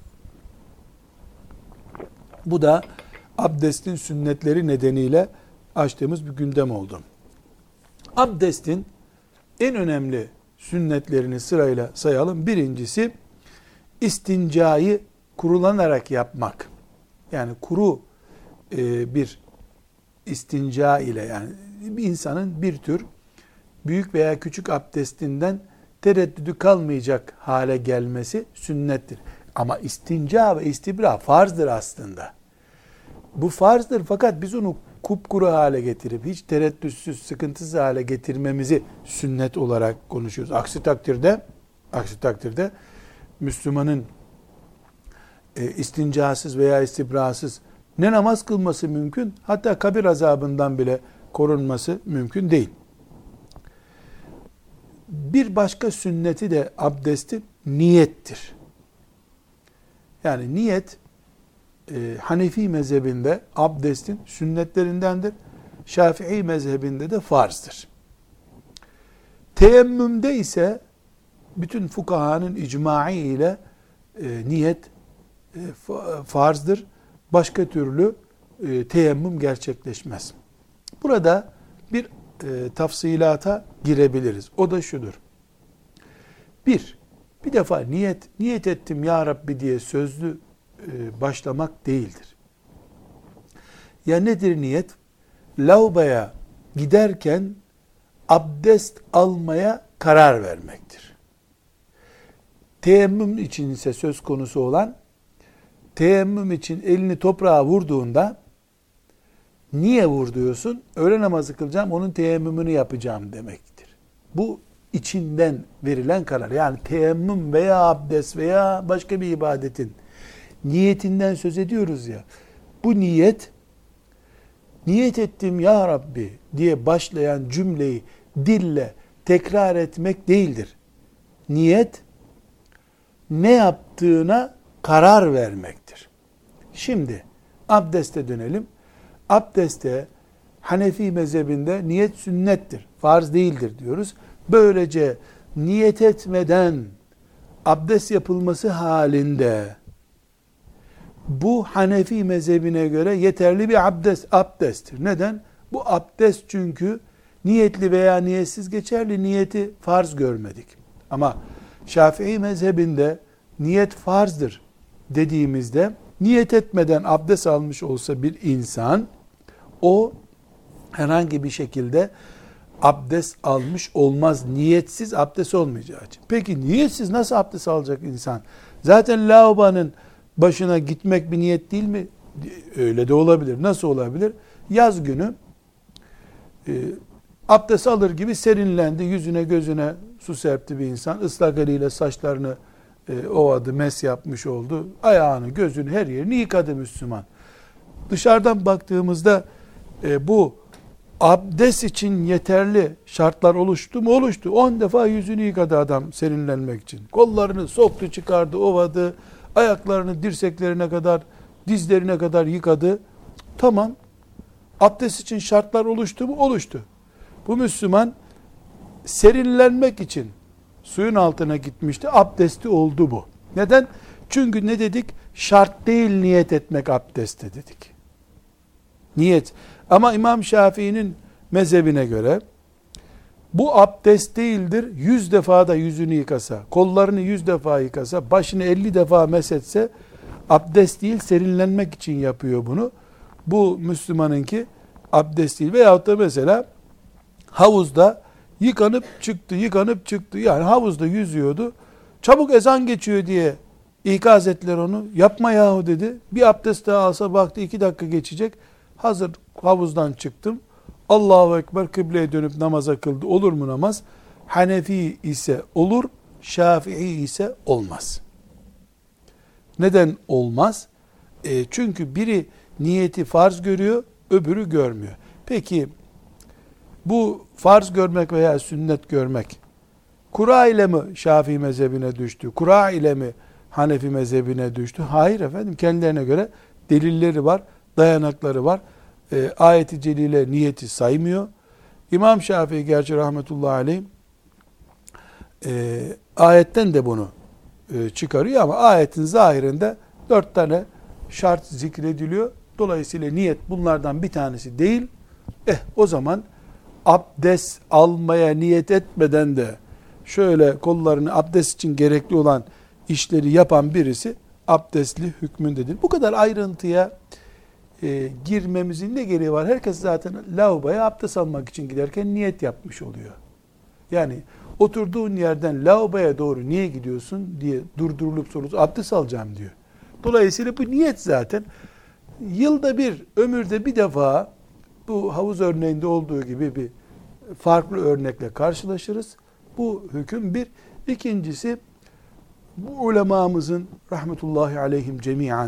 Bu da abdestin sünnetleri nedeniyle açtığımız bir gündem oldu. Abdestin en önemli sünnetlerini sırayla sayalım. Birincisi istincayı kurulanarak yapmak. Yani kuru e, bir istinca ile, yani bir insanın bir tür büyük veya küçük abdestinden tereddüdü kalmayacak hale gelmesi sünnettir. Ama istinca ve istibra farzdır aslında. Bu farzdır fakat biz onu kupkuru hale getirip hiç tereddütsüz, sıkıntısız hale getirmemizi sünnet olarak konuşuyoruz. Aksi takdirde, aksi takdirde Müslümanın e, istincasız veya istibrasız ne namaz kılması mümkün, hatta kabir azabından bile korunması mümkün değil. Bir başka sünneti de abdestin niyettir. Yani niyet e, Hanefi mezhebinde abdestin sünnetlerindendir. Şafii mezhebinde de farzdır. Teyemmümde ise bütün fukahanın icma'i ile e, niyet e, farzdır. Başka türlü e, teyemmüm gerçekleşmez. Burada bir e, tafsilata girebiliriz. O da şudur. Bir, bir defa niyet, niyet ettim ya Rabbi diye sözlü e, başlamak değildir. Ya nedir niyet? Lavaboya giderken abdest almaya karar vermektir. Teyemmüm için ise söz konusu olan, teyemmüm için elini toprağa vurduğunda niye vur diyorsun? Öğle namazı kılacağım, onun teyemmümünü yapacağım demektir. Bu içinden verilen karar. Yani teyemmüm veya abdest veya başka bir ibadetin niyetinden söz ediyoruz ya. Bu niyet niyet ettim ya Rabbi diye başlayan cümleyi dille tekrar etmek değildir. Niyet, ne yaptığına karar vermektir. Şimdi abdeste dönelim. Abdeste Hanefi mezhebinde niyet sünnettir, farz değildir diyoruz. Böylece niyet etmeden abdest yapılması halinde bu Hanefi mezhebine göre yeterli bir abdest, abdesttir. Neden? Bu abdest çünkü niyetli veya niyetsiz geçerli, niyeti farz görmedik. Ama Şafii mezhebinde niyet farzdır dediğimizde niyet etmeden abdest almış olsa bir insan, o herhangi bir şekilde abdest almış olmaz. Niyetsiz abdest olmayacağı için. Peki niyetsiz nasıl abdest alacak insan? Zaten lavabanın başına gitmek bir niyet değil mi? Öyle de olabilir. Nasıl olabilir? Yaz günü e, abdest alır gibi serinlendi. Yüzüne gözüne su serpti bir insan. Islak eliyle saçlarını e, ovadı, mes yapmış oldu. Ayağını, gözünü, her yerini yıkadı Müslüman. Dışarıdan baktığımızda e, bu abdest için yeterli şartlar oluştu mu? Oluştu. On defa yüzünü yıkadı adam serinlenmek için. Kollarını soktu, çıkardı, ovadı. Ayaklarını dirseklerine kadar, dizlerine kadar yıkadı. Tamam. Abdest için şartlar oluştu mu? Oluştu. Bu Müslüman serinlenmek için suyun altına gitmişti. Abdesti oldu bu. Neden? Çünkü ne dedik? Şart değil niyet etmek abdeste dedik. Niyet. Ama İmam Şafii'nin mezhebine göre bu abdest değildir. Yüz defa da yüzünü yıkasa, kollarını yüz defa yıkasa, başını elli defa mesetse abdest değil, serinlenmek için yapıyor bunu. Bu Müslümanınki abdest değil. Veyahut da mesela havuzda yıkanıp çıktı, yıkanıp çıktı. Yani havuzda yüzüyordu. Çabuk ezan geçiyor diye ikaz ettiler onu. Yapma yahu dedi. Bir abdest daha alsa baktı iki dakika geçecek. Hazır havuzdan çıktım. Allahu Ekber, kıbleye dönüp namaza kıldı. Olur mu namaz? Hanefi ise olur, Şafii ise olmaz. Neden olmaz? E, çünkü biri niyeti farz görüyor, öbürü görmüyor. Peki bu farz görmek veya sünnet görmek kura ile mi Şafii mezhebine düştü? Kura ile mi Hanefi mezhebine düştü? Hayır efendim, kendilerine göre delilleri var, dayanakları var. E, ayet-i celile niyeti saymıyor. İmam Şafii gerçi rahmetullahi aleyh e, ayetten de bunu e, çıkarıyor ama ayetin zahirinde dört tane şart zikrediliyor. Dolayısıyla niyet bunlardan bir tanesi değil. Eh o zaman abdest almaya niyet etmeden de şöyle kollarını abdest için gerekli olan işleri yapan birisi abdestli hükmündedir. Bu kadar ayrıntıya e, girmemizin ne gereği var? Herkes zaten lavaboya abdest almak için giderken niyet yapmış oluyor. Yani oturduğun yerden lavaboya doğru niye gidiyorsun diye durdurulup sorulur. Abdest alacağım diyor. Dolayısıyla bu niyet zaten yılda bir, ömürde bir defa bu havuz örneğinde olduğu gibi bir farklı örnekle karşılaşırız. Bu hüküm bir. İkincisi, bu ulemamızın rahmetullahi aleyhim cemiyen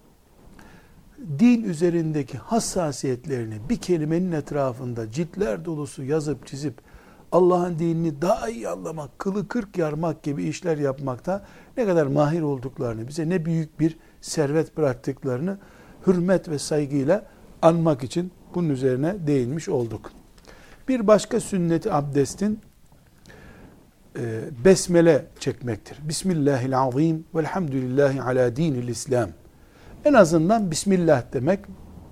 din üzerindeki hassasiyetlerini bir kelimenin etrafında ciltler dolusu yazıp çizip Allah'ın dinini daha iyi anlamak, kılı kırk yarmak gibi işler yapmakta ne kadar mahir olduklarını, bize ne büyük bir servet bıraktıklarını hürmet ve saygıyla anmak için bunun üzerine değinmiş olduk. Bir başka sünneti abdestin e, besmele çekmektir. Bismillahirrahmanirrahim velhamdülillahi ala dinil İslam. En azından Bismillah demek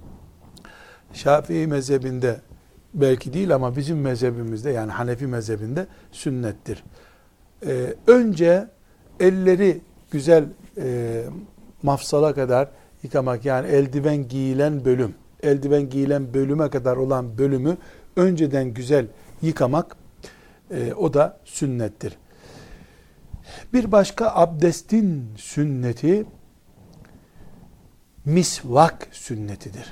Şafii mezhebinde belki değil ama bizim mezhebimizde, yani Hanefi mezhebinde sünnettir. Ee, önce elleri güzel e, mafsala kadar yıkamak, yani eldiven giyilen bölüm, eldiven giyilen bölüme kadar olan bölümü önceden güzel yıkamak, e, o da sünnettir. Bir başka abdestin sünneti misvak sünnetidir.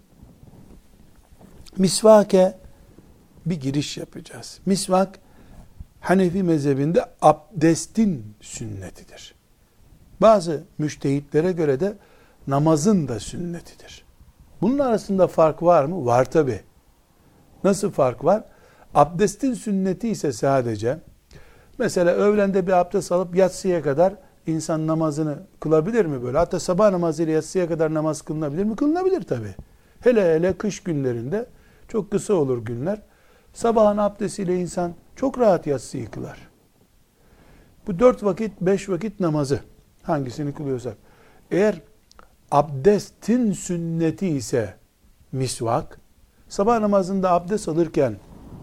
Misvake bir giriş yapacağız. Misvak Hanefi mezhebinde abdestin sünnetidir. Bazı müştehitlere göre de namazın da sünnetidir. Bunun arasında fark var mı? Var tabi. Nasıl fark var? Abdestin sünneti ise sadece, mesela öğlende bir abdest alıp yatsıya kadar insan namazını kılabilir mi böyle? Hatta sabah namazıyla yatsıya kadar namaz kılınabilir mi? Kılınabilir tabi. Hele hele kış günlerinde çok kısa olur günler. Sabahın abdestiyle insan çok rahat yatsıyı kılar. Bu dört vakit, beş vakit namazı hangisini kılıyorsak. Eğer abdestin sünneti ise misvak, sabah namazında abdest alırken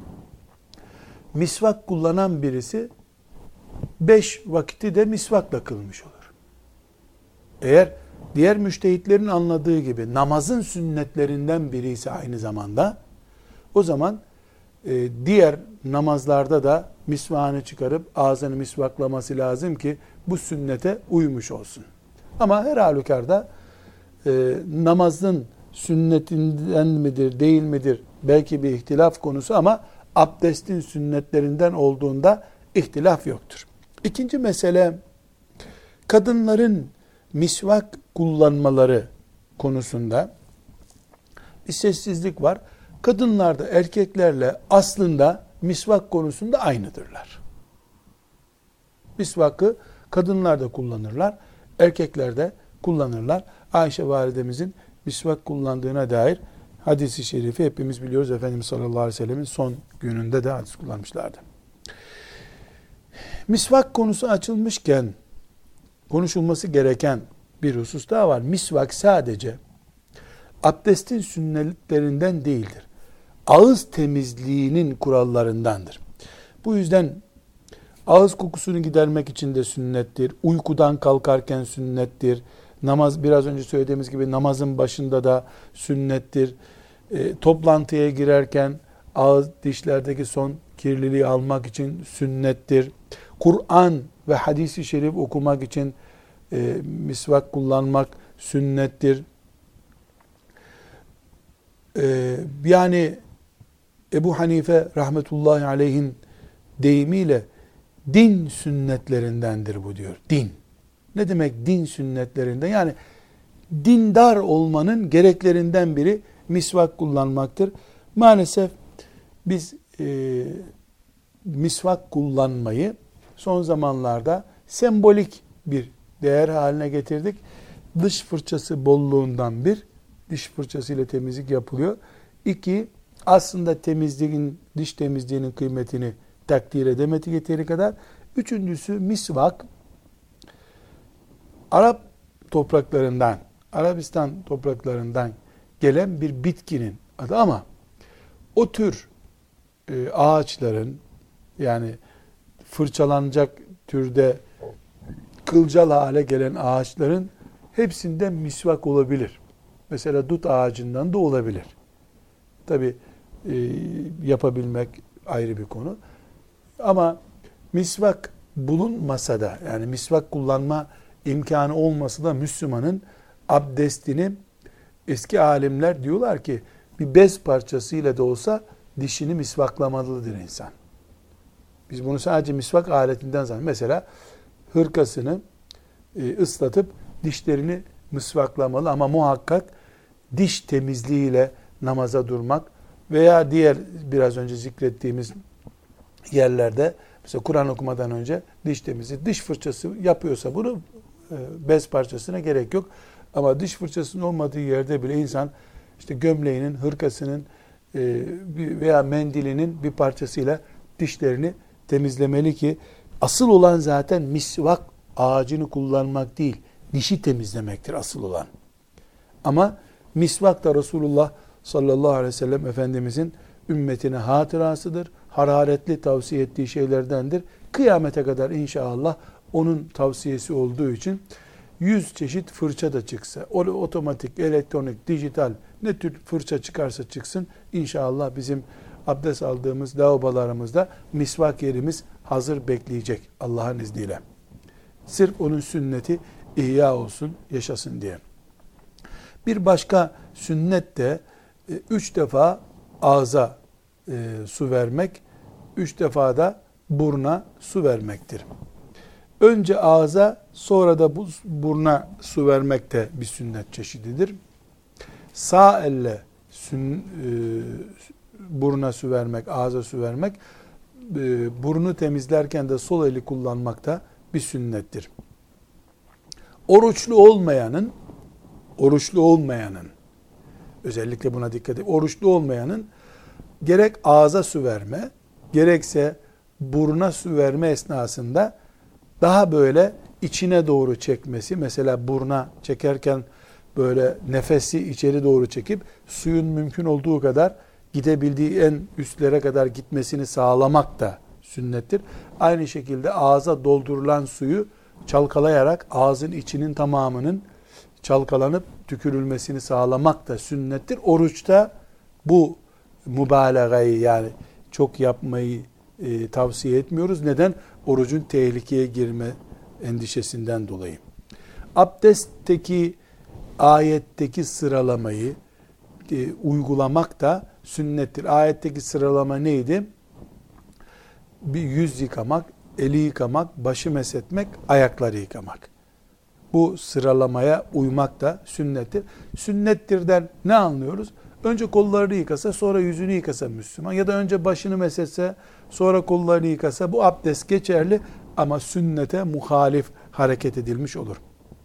misvak kullanan birisi beş vakiti de misvakla kılmış olur. Eğer diğer müştehitlerin anladığı gibi namazın sünnetlerinden biri ise aynı zamanda, o zaman e, diğer namazlarda da misvağını çıkarıp ağzını misvaklaması lazım ki bu sünnete uymuş olsun. Ama her halükarda e, namazın sünnetinden midir değil midir belki bir ihtilaf konusu ama abdestin sünnetlerinden olduğunda ihtilaf yoktur. İkinci mesele, kadınların misvak kullanmaları konusunda bir sessizlik var. Kadınlar da erkeklerle aslında misvak konusunda aynıdırlar. Misvakı kadınlar da kullanırlar, erkekler de kullanırlar. Ayşe validemizin misvak kullandığına dair hadisi şerifi hepimiz biliyoruz. Efendimiz sallallahu aleyhi ve sellemin son gününde de hadis kullanmışlardı. Misvak konusu açılmışken konuşulması gereken bir husus daha var. Misvak sadece abdestin sünnetlerinden değildir. Ağız temizliğinin kurallarındandır. Bu yüzden ağız kokusunu gidermek için de sünnettir. Uykudan kalkarken sünnettir. Namaz, biraz önce söylediğimiz gibi namazın başında da sünnettir. E, toplantıya girerken ağız, dişlerdeki son kirliliği almak için sünnettir. Kur'an ve hadis-i şerif okumak için e, misvak kullanmak sünnettir. E, yani Ebu Hanife rahmetullahi aleyhin deyimiyle din sünnetlerindendir bu diyor. Din. Ne demek din sünnetlerinden? Yani dindar olmanın gereklerinden biri misvak kullanmaktır. Maalesef biz e, misvak kullanmayı son zamanlarda sembolik bir değer haline getirdik. Dış fırçası bolluğundan bir, diş fırçası ile temizlik yapılıyor. İki, aslında temizliğin, diş temizliğinin kıymetini takdir edemedi yeteri kadar. Üçüncüsü misvak, Arap topraklarından, Arabistan topraklarından gelen bir bitkinin adı ama o tür e, ağaçların, yani fırçalanacak türde kılcal hale gelen ağaçların hepsinden misvak olabilir. Mesela dut ağacından da olabilir. Tabi e, yapabilmek ayrı bir konu. Ama misvak bulunmasa da, yani misvak kullanma imkanı olmasa da Müslümanın abdestini, eski alimler diyorlar ki bir bez parçasıyla da olsa dişini misvaklamalıdır insan. Biz bunu sadece misvak aletinden zannediyoruz. Mesela hırkasını e, ıslatıp dişlerini misvaklamalı ama muhakkak diş temizliğiyle namaza durmak veya diğer biraz önce zikrettiğimiz yerlerde mesela Kur'an okumadan önce diş temizliği, diş fırçası yapıyorsa bunu e, bez parçasına gerek yok. Ama diş fırçasının olmadığı yerde bile insan işte gömleğinin, hırkasının e, veya mendilinin bir parçasıyla dişlerini temizlemeli ki asıl olan zaten misvak ağacını kullanmak değil, dişi temizlemektir asıl olan. Ama misvak da Resulullah sallallahu aleyhi ve sellem Efendimizin ümmetine hatırasıdır. Hararetli tavsiye ettiği şeylerdendir. Kıyamete kadar inşallah onun tavsiyesi olduğu için yüz çeşit fırça da çıksa, otomatik, elektronik, dijital ne tür fırça çıkarsa çıksın inşallah bizim abdest aldığımız lavabolarımızda misvak yerimiz hazır bekleyecek Allah'ın izniyle. Sırf onun sünneti ihya olsun, yaşasın diye. Bir başka sünnet de üç defa ağza e, su vermek, üç defa da buruna su vermektir. Önce ağza, sonra da bu buruna su vermek de bir sünnet çeşididir. sağ elle sün, e, buruna su vermek, ağza su vermek, e, burnu temizlerken de sol eli kullanmak da bir sünnettir. Oruçlu olmayanın, oruçlu olmayanın, özellikle buna dikkat edin, oruçlu olmayanın gerek ağza su verme, gerekse buruna su verme esnasında daha böyle içine doğru çekmesi, mesela buruna çekerken böyle nefesi içeri doğru çekip suyun mümkün olduğu kadar gidebildiği en üstlere kadar gitmesini sağlamak da sünnettir. Aynı şekilde ağza doldurulan suyu çalkalayarak ağzın içinin tamamının çalkalanıp tükürülmesini sağlamak da sünnettir. Oruçta bu mübalağayı, yani çok yapmayı e, tavsiye etmiyoruz. Neden? Orucun tehlikeye girme endişesinden dolayı. Abdestteki ayetteki sıralamayı e, uygulamak da sünnettir. Ayetteki sıralama neydi? Bir yüz yıkamak, eli yıkamak, başı meshetmek, ayakları yıkamak. Bu sıralamaya uymak da sünnettir. Sünnettirden ne anlıyoruz? Önce kollarını yıkasa, sonra yüzünü yıkasa Müslüman, ya da önce başını mesetse, sonra kollarını yıkasa, bu abdest geçerli ama sünnete muhalif hareket edilmiş olur.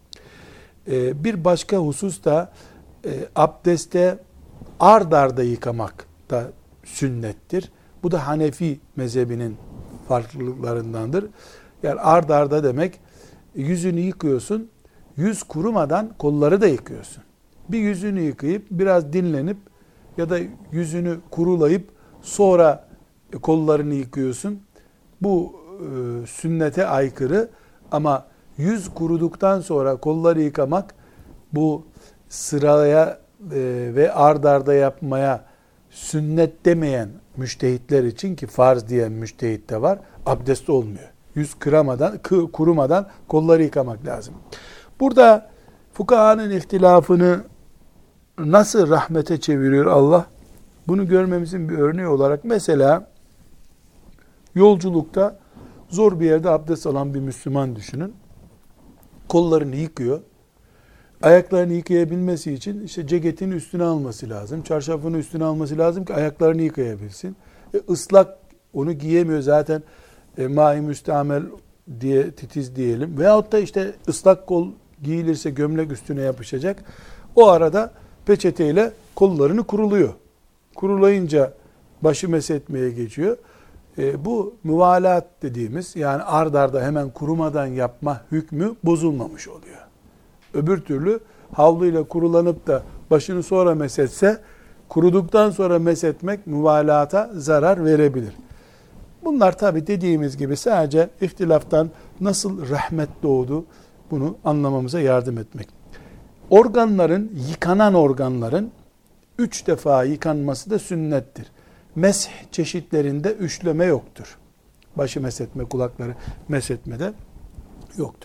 Ee, bir başka husus da e, abdeste ard arda yıkamak da sünnettir. Bu da Hanefi mezhebinin farklılıklarındandır. Yani ard arda demek, yüzünü yıkıyorsun, yüz kurumadan kolları da yıkıyorsun. Bir yüzünü yıkayıp biraz dinlenip ya da yüzünü kurulayıp sonra kollarını yıkıyorsun. Bu e, sünnete aykırı, ama yüz kuruduktan sonra kolları yıkamak, bu sıraya e, ve ard arda yapmaya sünnet demeyen müştehitler için, ki farz diyen müştehit de var, abdest olmuyor. Yüz kıramadan, kurumadan kolları yıkamak lazım. Burada fukahanın ihtilafını nasıl rahmete çeviriyor Allah? Bunu görmemizin bir örneği olarak, mesela yolculukta zor bir yerde abdest alan bir Müslüman düşünün. Kollarını yıkıyor. Ayaklarını yıkayabilmesi için işte ceketini üstüne alması lazım. Çarşafını üstüne alması lazım ki ayaklarını yıkayabilsin. E, ıslak, onu giyemiyor zaten. E, ma-i müstamel diye, titiz diyelim. Veyahut da işte ıslak kol giyilirse gömlek üstüne yapışacak. O arada peçeteyle kollarını kuruluyor. Kurulayınca başı meshetmeye geçiyor. E, bu müvalat dediğimiz, yani ard arda hemen kurumadan yapma hükmü bozulmamış oluyor. Öbür türlü havluyla kurulanıp da başını sonra meshetse, kuruduktan sonra meshetmek müvalata zarar verebilir. Bunlar tabi dediğimiz gibi sadece ihtilaftan nasıl rahmet doğdu, bunu anlamamıza yardım etmek. Organların, yıkanan organların üç defa yıkanması da sünnettir. Mesh çeşitlerinde üçleme yoktur. Başı meshetme, kulakları meshetmede yoktur.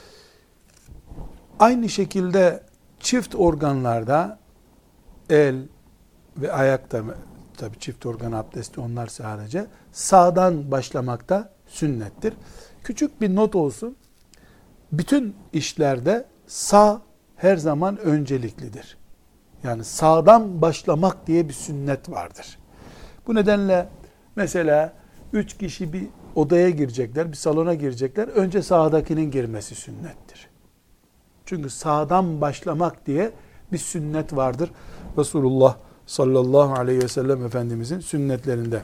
Aynı şekilde çift organlarda, el ve ayakta, tabii çift organ abdesti onlar sadece, sağdan başlamakta sünnettir. Küçük bir not olsun. Bütün işlerde sağ her zaman önceliklidir. Yani sağdan başlamak diye bir sünnet vardır. Bu nedenle mesela üç kişi bir odaya girecekler, bir salona girecekler. Önce sağdakinin girmesi sünnettir. Çünkü sağdan başlamak diye bir sünnet vardır. Resulullah sallallahu aleyhi ve sellem Efendimizin sünnetlerinde.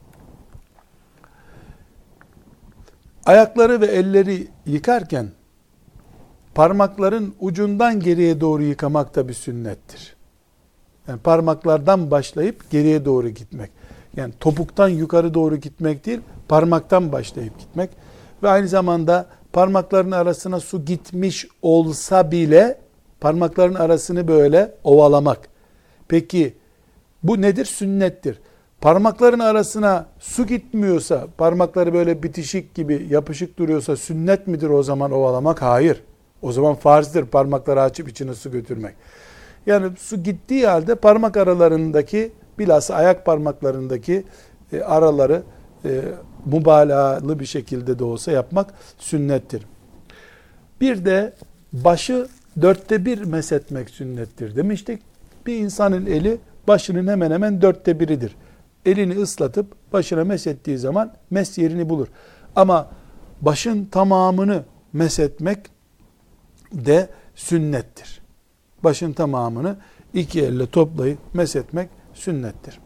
Ayakları ve elleri yıkarken parmakların ucundan geriye doğru yıkamak da bir sünnettir. Yani parmaklardan başlayıp geriye doğru gitmek. Yani topuktan yukarı doğru gitmek değil, parmaktan başlayıp gitmek. Ve aynı zamanda parmakların arasına su gitmiş olsa bile parmakların arasını böyle ovalamak. Peki bu nedir? Sünnettir. Parmakların arasına su gitmiyorsa, parmakları böyle bitişik gibi yapışık duruyorsa sünnet midir o zaman ovalamak? Hayır. O zaman farzdır parmakları açıp içine su götürmek. Yani su gittiği halde parmak aralarındaki, bilhassa ayak parmaklarındaki e, araları e, mübalağalı bir şekilde de olsa yapmak sünnettir. Bir de başı dörtte bir meshetmek sünnettir demiştik. Bir insanın eli başının hemen hemen dörtte biridir. Elini ıslatıp başına meshettiği zaman mes yerini bulur. Ama başın tamamını meshetmek de sünnettir. Başın tamamını iki elle toplayıp meshetmek sünnettir.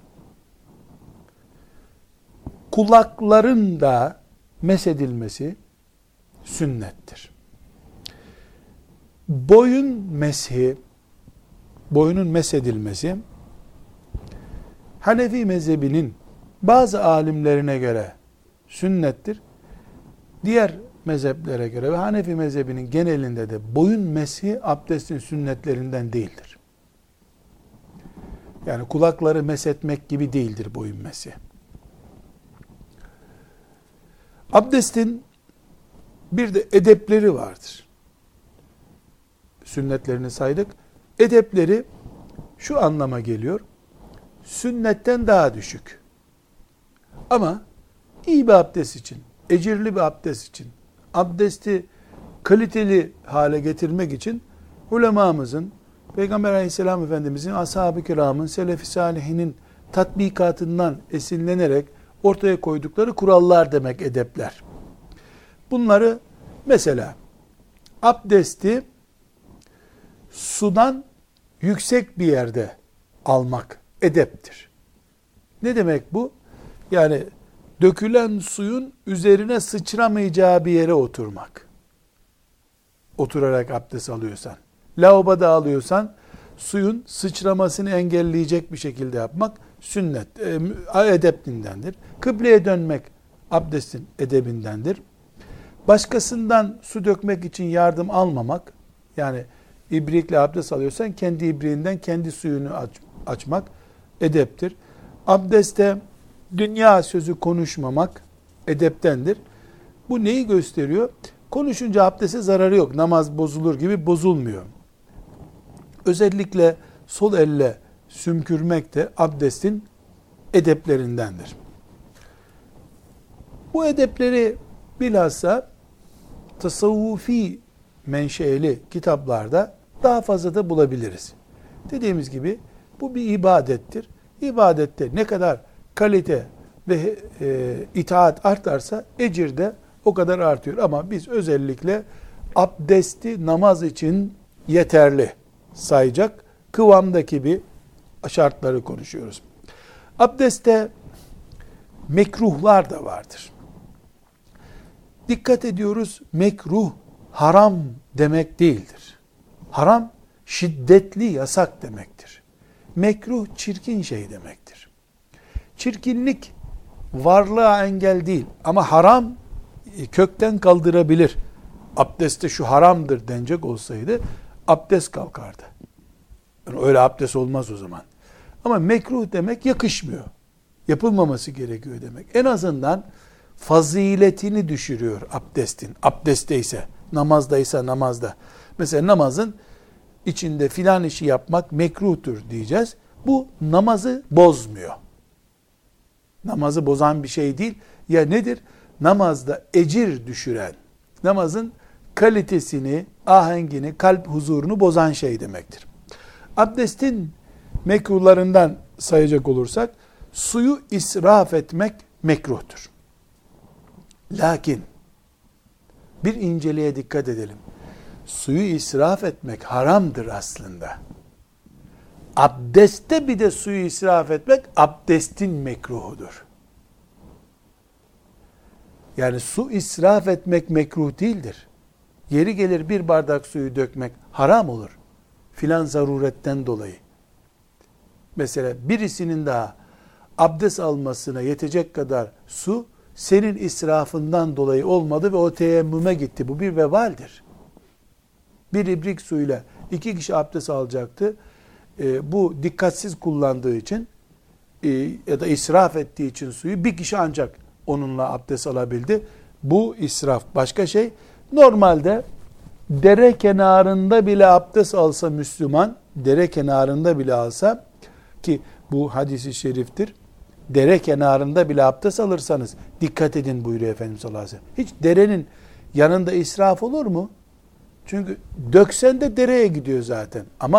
Kulakların da meshedilmesi sünnettir. Boyun meshi, boyunun meshedilmesi, Hanefi mezhebinin bazı alimlerine göre sünnettir. Diğer mezheplere göre ve Hanefi mezhebinin genelinde de boyun meshi abdestin sünnetlerinden değildir. Yani kulakları meshetmek gibi değildir boyun meshi. Abdestin bir de edepleri vardır. Sünnetlerini saydık. Edepleri şu anlama geliyor. Sünnetten daha düşük. Ama iyi bir abdest için, ecirli bir abdest için, abdesti kaliteli hale getirmek için ulemamızın, Peygamber aleyhisselam Efendimizin, ashab-ı kiramın, selef-i salihinin tatbikatından esinlenerek ortaya koydukları kurallar demek edepler. Bunları mesela abdesti sudan yüksek bir yerde almak edeptir. Ne demek bu? Yani dökülen suyun üzerine sıçramayacağı bir yere oturmak. Oturarak abdest alıyorsan. Lavaboda alıyorsan suyun sıçramasını engelleyecek bir şekilde yapmak sünnet, edebindendir. Kıbleye dönmek abdestin edebindendir. Başkasından su dökmek için yardım almamak, yani ibrikle abdest alıyorsan kendi ibriğinden kendi suyunu aç, açmak edeptir. Abdeste dünya sözü konuşmamak edeptendir. Bu neyi gösteriyor? Konuşunca abdeste zararı yok. Namaz bozulur gibi bozulmuyor. Özellikle sol elle sümkürmek de abdestin edeplerindendir. Bu edepleri bilhassa tasavvufi menşeli kitaplarda daha fazla da bulabiliriz. Dediğimiz gibi bu bir ibadettir. İbadette ne kadar kalite ve e, itaat artarsa ecir de o kadar artıyor. Ama biz özellikle abdesti namaz için yeterli sayacak kıvamdaki bir şartları konuşuyoruz. Abdestte mekruhlar da vardır. Dikkat ediyoruz, mekruh haram demek değildir. Haram şiddetli yasak demektir. Mekruh çirkin şey demektir. Çirkinlik varlığa engel değil ama haram kökten kaldırabilir. Abdestte şu haramdır denecek olsaydı abdest kalkardı. Yani öyle abdest olmaz o zaman. Ama mekruh demek yakışmıyor. Yapılmaması gerekiyor demek. En azından faziletini düşürüyor abdestin. Abdestteyse, namazdaysa namazda. Mesela namazın içinde filan işi yapmak mekruhtur diyeceğiz. Bu namazı bozmuyor. Namazı bozan bir şey değil. Ya nedir? Namazda ecir düşüren, namazın kalitesini, ahengini, kalp huzurunu bozan şey demektir. Abdestin mekruhlarından sayacak olursak, suyu israf etmek mekruhtur. Lakin, bir inceliğe dikkat edelim. Suyu israf etmek haramdır aslında. Abdestte bir de suyu israf etmek abdestin mekruhudur. Yani su israf etmek mekruh değildir. Yeri gelir bir bardak suyu dökmek haram olur. Filan zaruretten dolayı. Mesela birisinin daha abdest almasına yetecek kadar su senin israfından dolayı olmadı ve o teyemmüme gitti. Bu bir vebaldir. Bir ibrik suyla iki kişi abdest alacaktı. E, bu dikkatsiz kullandığı için e, ya da israf ettiği için suyu bir kişi ancak onunla abdest alabildi. Bu israf başka şey. Normalde dere kenarında bile abdest alsa Müslüman, dere kenarında bile alsa, ki bu hadisi şeriftir, dere kenarında bile abdest alırsanız dikkat edin buyuruyor Efendimiz sallallahu aleyhi ve sellem. Hiç derenin yanında israf olur mu? Çünkü döksen de dereye gidiyor zaten. Ama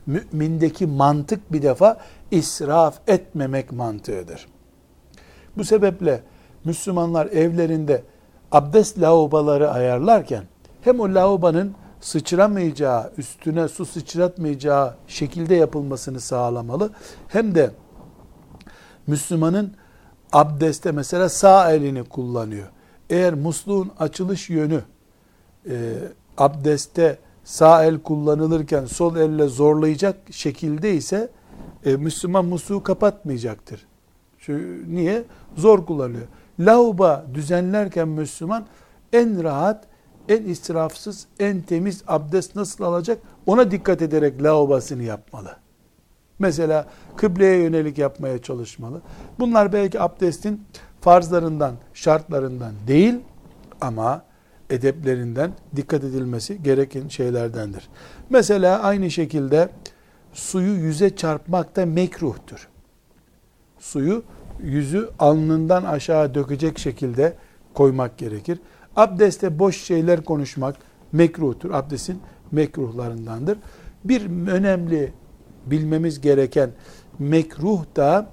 Mümindeki mantık bir defa israf etmemek mantığıdır. Bu sebeple Müslümanlar evlerinde abdest lavaboları ayarlarken hem o lavabonun sıçramayacağı, üstüne su sıçratmayacağı şekilde yapılmasını sağlamalı. Hem de Müslümanın abdeste mesela sağ elini kullanıyor. Eğer musluğun açılış yönü e, abdeste sağ el kullanılırken sol elle zorlayacak şekilde ise e, Müslüman musluğu kapatmayacaktır. Şu, niye? Zor kullanıyor. Lavabo düzenlerken Müslüman en rahat, en israfsız, en temiz abdest nasıl alacak? Ona dikkat ederek lavabosunu yapmalı. Mesela kıbleye yönelik yapmaya çalışmalı. Bunlar belki abdestin farzlarından, şartlarından değil ama edeplerinden dikkat edilmesi gereken şeylerdendir. Mesela aynı şekilde suyu yüze çarpmak da mekruhtur. Suyu yüzü alnından aşağı dökecek şekilde koymak gerekir. Abdeste boş şeyler konuşmak mekruhtur. Abdestin mekruhlarındandır. Bir önemli bilmemiz gereken mekruh da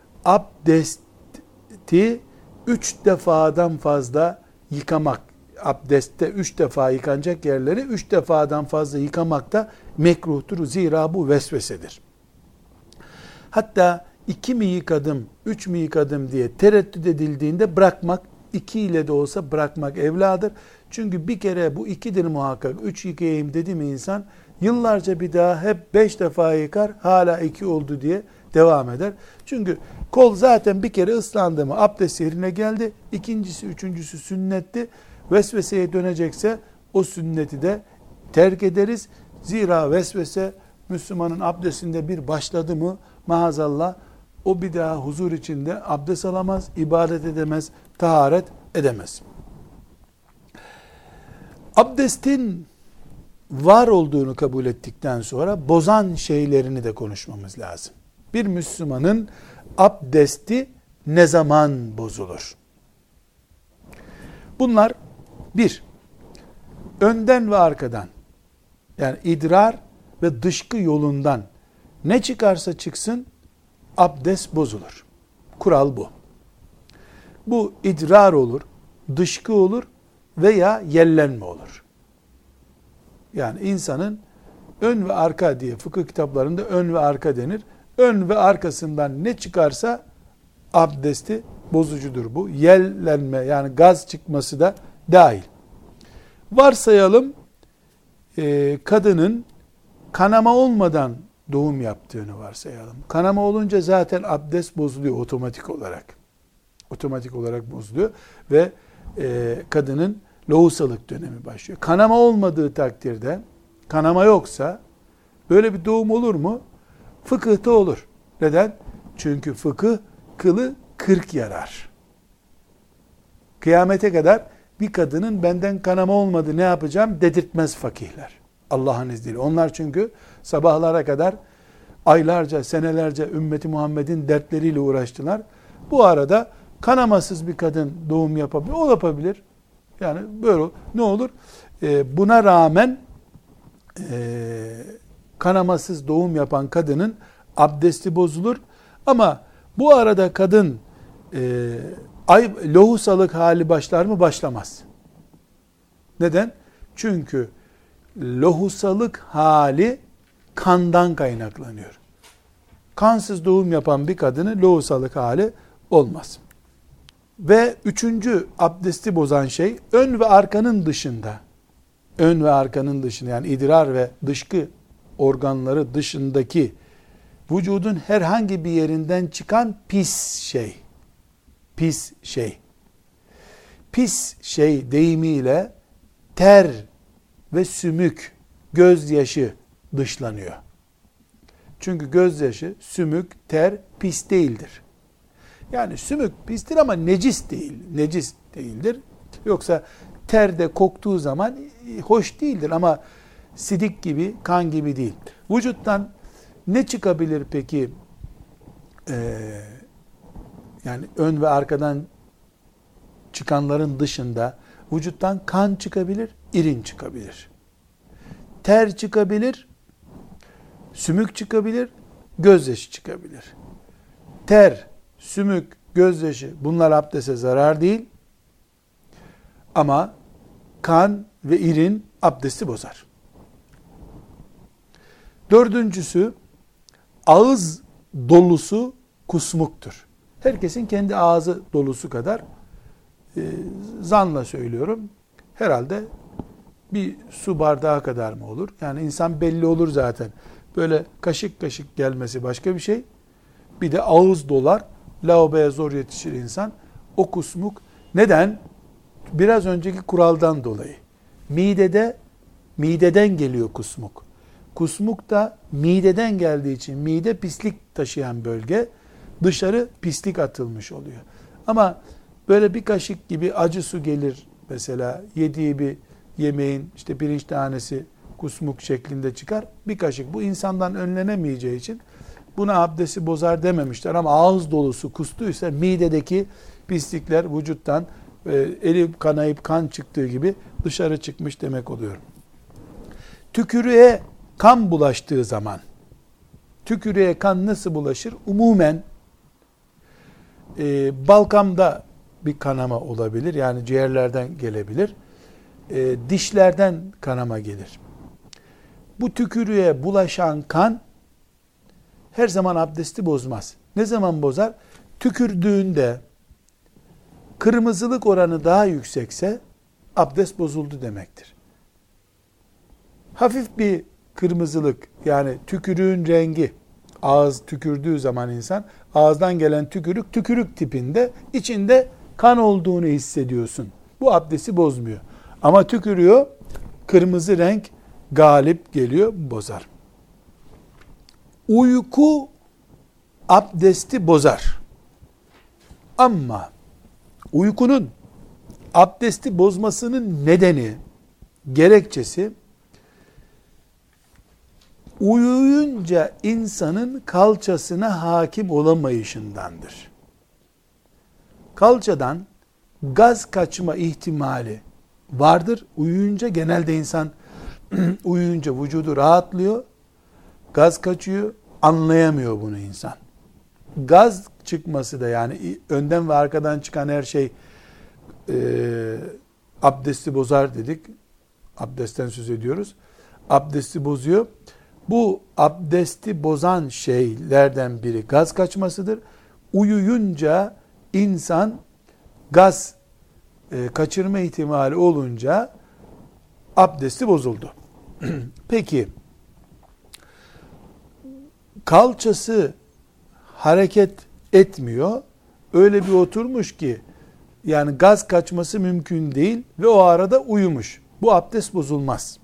abdesti üç defadan fazla yıkamak. Abdestte üç defa yıkanacak yerleri üç defadan fazla yıkamak da mekruhtur. Zira bu vesvesedir. Hatta iki mi yıkadım, üç mü yıkadım diye tereddüt edildiğinde bırakmak, iki ile de olsa bırakmak evladır. Çünkü bir kere bu ikidir muhakkak, üç yıkayayım dedi mi insan, yıllarca bir daha hep beş defa yıkar, hala iki oldu diye devam eder. Çünkü kol zaten bir kere ıslandı mı abdest yerine geldi, ikincisi, üçüncüsü sünnetti. Vesveseye dönecekse o sünneti de terk ederiz. Zira vesvese Müslümanın abdestinde bir başladı mı maazallah o bir daha huzur içinde abdest alamaz, ibadet edemez, taharet edemez. Abdestin var olduğunu kabul ettikten sonra bozan şeylerini de konuşmamız lazım. Bir Müslümanın abdesti ne zaman bozulur? Bunlar bir, önden ve arkadan yani idrar ve dışkı yolundan ne çıkarsa çıksın abdest bozulur. Kural bu. Bu idrar olur, dışkı olur veya yellenme olur. Yani insanın ön ve arka diye fıkıh kitaplarında ön ve arka denir. Ön ve arkasından ne çıkarsa abdesti bozucudur bu. Yellenme yani gaz çıkması da dahil. Varsayalım e, kadının kanama olmadan doğum yaptığını varsayalım. Kanama olunca zaten abdest bozuluyor otomatik olarak. Otomatik olarak bozuluyor ve e, kadının lohusalık dönemi başlıyor. Kanama olmadığı takdirde, kanama yoksa böyle bir doğum olur mu? Fıkıhta olur. Neden? Çünkü fıkıh kılı kırk yarar. Kıyamete kadar bir kadının benden kanama olmadı ne yapacağım dedirtmez fakihler. Allah'ın izniyle. Onlar çünkü sabahlara kadar aylarca, senelerce ümmeti Muhammed'in dertleriyle uğraştılar. Bu arada kanamasız bir kadın doğum yapabilir. O yapabilir. Yani böyle ne olur? Ee, buna rağmen e, kanamasız doğum yapan kadının abdesti bozulur. Ama bu arada kadın e, ay, lohusalık hali başlar mı? Başlamaz. Neden? Çünkü lohusalık hali kandan kaynaklanıyor. Kansız doğum yapan bir kadının lohusalık hali olmaz. Ve üçüncü abdesti bozan şey ön ve arkanın dışında. Ön ve arkanın dışında yani idrar ve dışkı organları dışındaki vücudun herhangi bir yerinden çıkan pis şey. Pis şey. Pis şey deyimiyle ter ve sümük, gözyaşı dışlanıyor. Çünkü gözyaşı, sümük, ter pis değildir. Yani sümük pistir ama necis değil. Necis değildir. Yoksa ter de koktuğu zaman hoş değildir ama sidik gibi, kan gibi değil. Vücuttan ne çıkabilir peki? Ee, yani ön ve arkadan çıkanların dışında vücuttan kan çıkabilir, irin çıkabilir. Ter çıkabilir, sümük çıkabilir, gözyaşı çıkabilir. Ter, sümük, gözyaşı bunlar abdeste zarar değil. Ama kan ve irin abdesti bozar. Dördüncüsü, ağız dolusu kusmuktur. Herkesin kendi ağzı dolusu kadar, e, zanla söylüyorum, herhalde bir su bardağı kadar mı olur? Yani insan belli olur zaten. Böyle kaşık kaşık gelmesi başka bir şey. Bir de ağız dolar, lavaboya zor yetişir insan. O kusmuk neden? Biraz önceki kuraldan dolayı. Midede, mideden geliyor kusmuk. Kusmuk da mideden geldiği için mide pislik taşıyan bölge, dışarı pislik atılmış oluyor. Ama böyle bir kaşık gibi acı su gelir mesela, yediği bir yemeğin işte pirinç tanesi kusmuk şeklinde çıkar. Bir kaşık, bu insandan önlenemeyeceği için buna abdesti bozar dememişler. Ama ağız dolusu kustuysa midedeki pislikler vücuttan e, eli kanayıp kan çıktığı gibi dışarı çıkmış demek oluyor. Tükürüğe kan bulaştığı zaman, tükürüğe kan nasıl bulaşır? Umumen e, balgamda bir kanama olabilir. Yani ciğerlerden gelebilir. E, dişlerden kanama gelir. Bu tükürüğe bulaşan kan her zaman abdesti bozmaz. Ne zaman bozar? Tükürdüğünde kırmızılık oranı daha yüksekse abdest bozuldu demektir. Hafif bir kırmızılık, yani tükürüğün rengi, ağız tükürdüğü zaman insan, ağızdan gelen tükürük tükürük tipinde, içinde kan olduğunu hissediyorsun. Bu abdesti bozmuyor. Ama tükürüyor, kırmızı renk galip geliyor, bozar. Uyku abdesti bozar. Ama uykunun abdesti bozmasının nedeni, gerekçesi, uyuyunca insanın kalçasına hakim olamayışındandır. Kalçadan gaz kaçma ihtimali vardır. Uyuyunca genelde insan uyuyunca vücudu rahatlıyor, gaz kaçıyor, anlayamıyor bunu insan. Gaz çıkması da, yani önden ve arkadan çıkan her şey e, abdesti bozar dedik. Abdestten söz ediyoruz. Abdesti bozuyor. Bu abdesti bozan şeylerden biri gaz kaçmasıdır. Uyuyunca insan gaz e, kaçırma ihtimali olunca abdesti bozuldu. Peki kalçası hareket etmiyor. Öyle bir oturmuş ki yani gaz kaçması mümkün değil ve o arada uyumuş. Bu abdest bozulmaz.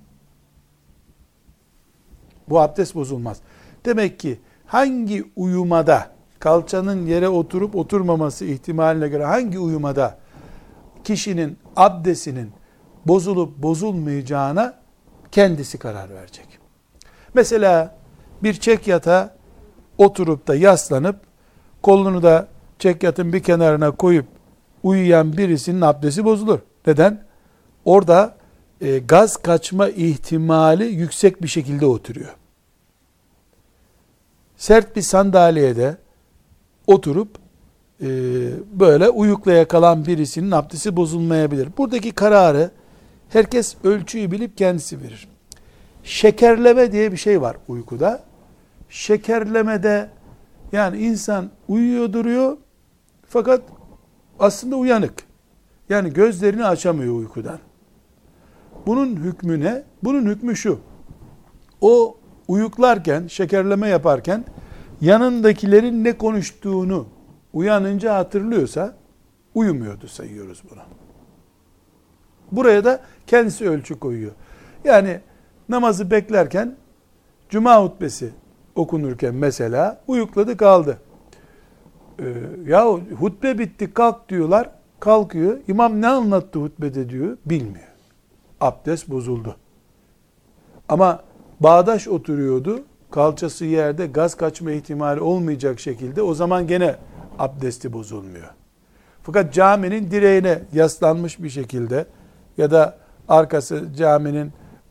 Bu abdest bozulmaz. Demek ki hangi uyumada, kalçanın yere oturup oturmaması ihtimaline göre hangi uyumada kişinin abdestinin bozulup bozulmayacağına kendisi karar verecek. Mesela bir çekyata oturup da yaslanıp kolunu da çekyatın bir kenarına koyup uyuyan birisinin abdesti bozulur. Neden? Orada e, gaz kaçma ihtimali yüksek bir şekilde oturuyor. Sert bir sandalyede oturup e, böyle uyuklaya kalan birisinin abdesti bozulmayabilir. Buradaki kararı herkes ölçüyü bilip kendisi verir. Şekerleme diye bir şey var uykuda. Şekerlemede yani insan uyuyor duruyor fakat aslında uyanık. Yani gözlerini açamıyor uykudan. Bunun hükmü ne? Bunun hükmü şu. O uyuklarken, şekerleme yaparken yanındakilerin ne konuştuğunu uyanınca hatırlıyorsa uyumuyordu sayıyoruz bunu. Buraya da kendisi ölçü koyuyor. Yani namazı beklerken cuma hutbesi okunurken mesela uyukladı kaldı. Ee, ya hutbe bitti kalk diyorlar. Kalkıyor. İmam ne anlattı hutbede diyor. Bilmiyor. Abdest bozuldu. Ama bağdaş oturuyordu. Kalçası yerde, gaz kaçma ihtimali olmayacak şekilde, o zaman gene abdesti bozulmuyor. Fakat caminin direğine yaslanmış bir şekilde ya da arkası caminin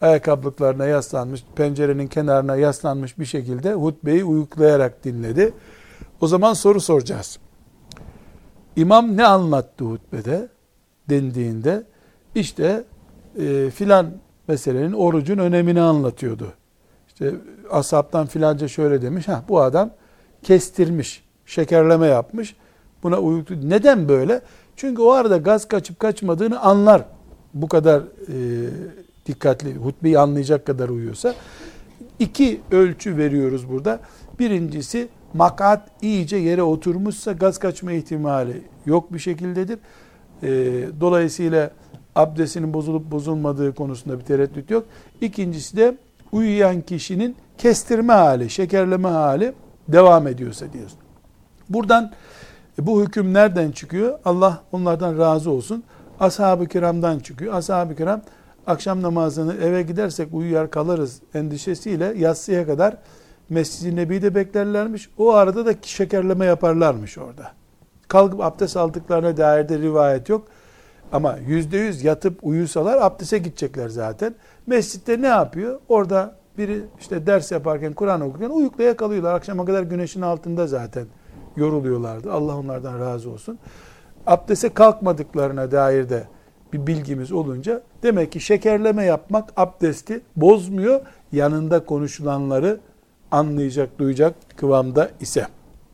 ayakkabılıklarına yaslanmış, pencerenin kenarına yaslanmış bir şekilde hutbeyi uyuklayarak dinledi. O zaman soru soracağız. İmam ne anlattı hutbede dendiğinde işte e, filan meselenin, orucun önemini anlatıyordu. İşte ashabtan filanca şöyle demiş. Ha, bu adam kestirmiş, şekerleme yapmış. Buna uyuklu. Neden böyle? Çünkü o arada gaz kaçıp kaçmadığını anlar. Bu kadar e, dikkatli, hutbeyi anlayacak kadar uyuyorsa. İki ölçü veriyoruz burada. Birincisi, makat iyice yere oturmuşsa gaz kaçma ihtimali yok bir şekildedir. E, dolayısıyla abdestinin bozulup bozulmadığı konusunda bir tereddüt yok. İkincisi de uyuyan kişinin kestirme hali, şekerleme hali devam ediyorsa diyoruz. Buradan bu hüküm nereden çıkıyor? Allah onlardan razı olsun. Ashab-ı kiramdan çıkıyor. Ashab-ı kiram akşam namazını eve gidersek uyuyar kalırız endişesiyle yatsıya kadar Mescid-i Nebi'de beklerlermiş. O arada da şekerleme yaparlarmış orada. Kalkıp abdest aldıklarına dair de rivayet yok. Ama yüzde yüz yatıp uyusalar abdeste gidecekler zaten. Mescitte ne yapıyor? Orada biri işte ders yaparken, Kur'an okurken uyuklaya kalıyorlar. Akşama kadar güneşin altında zaten yoruluyorlardı. Allah onlardan razı olsun. Abdeste kalkmadıklarına dair de bir bilgimiz olunca demek ki şekerleme yapmak abdesti bozmuyor. Yanında konuşulanları anlayacak, duyacak kıvamda ise.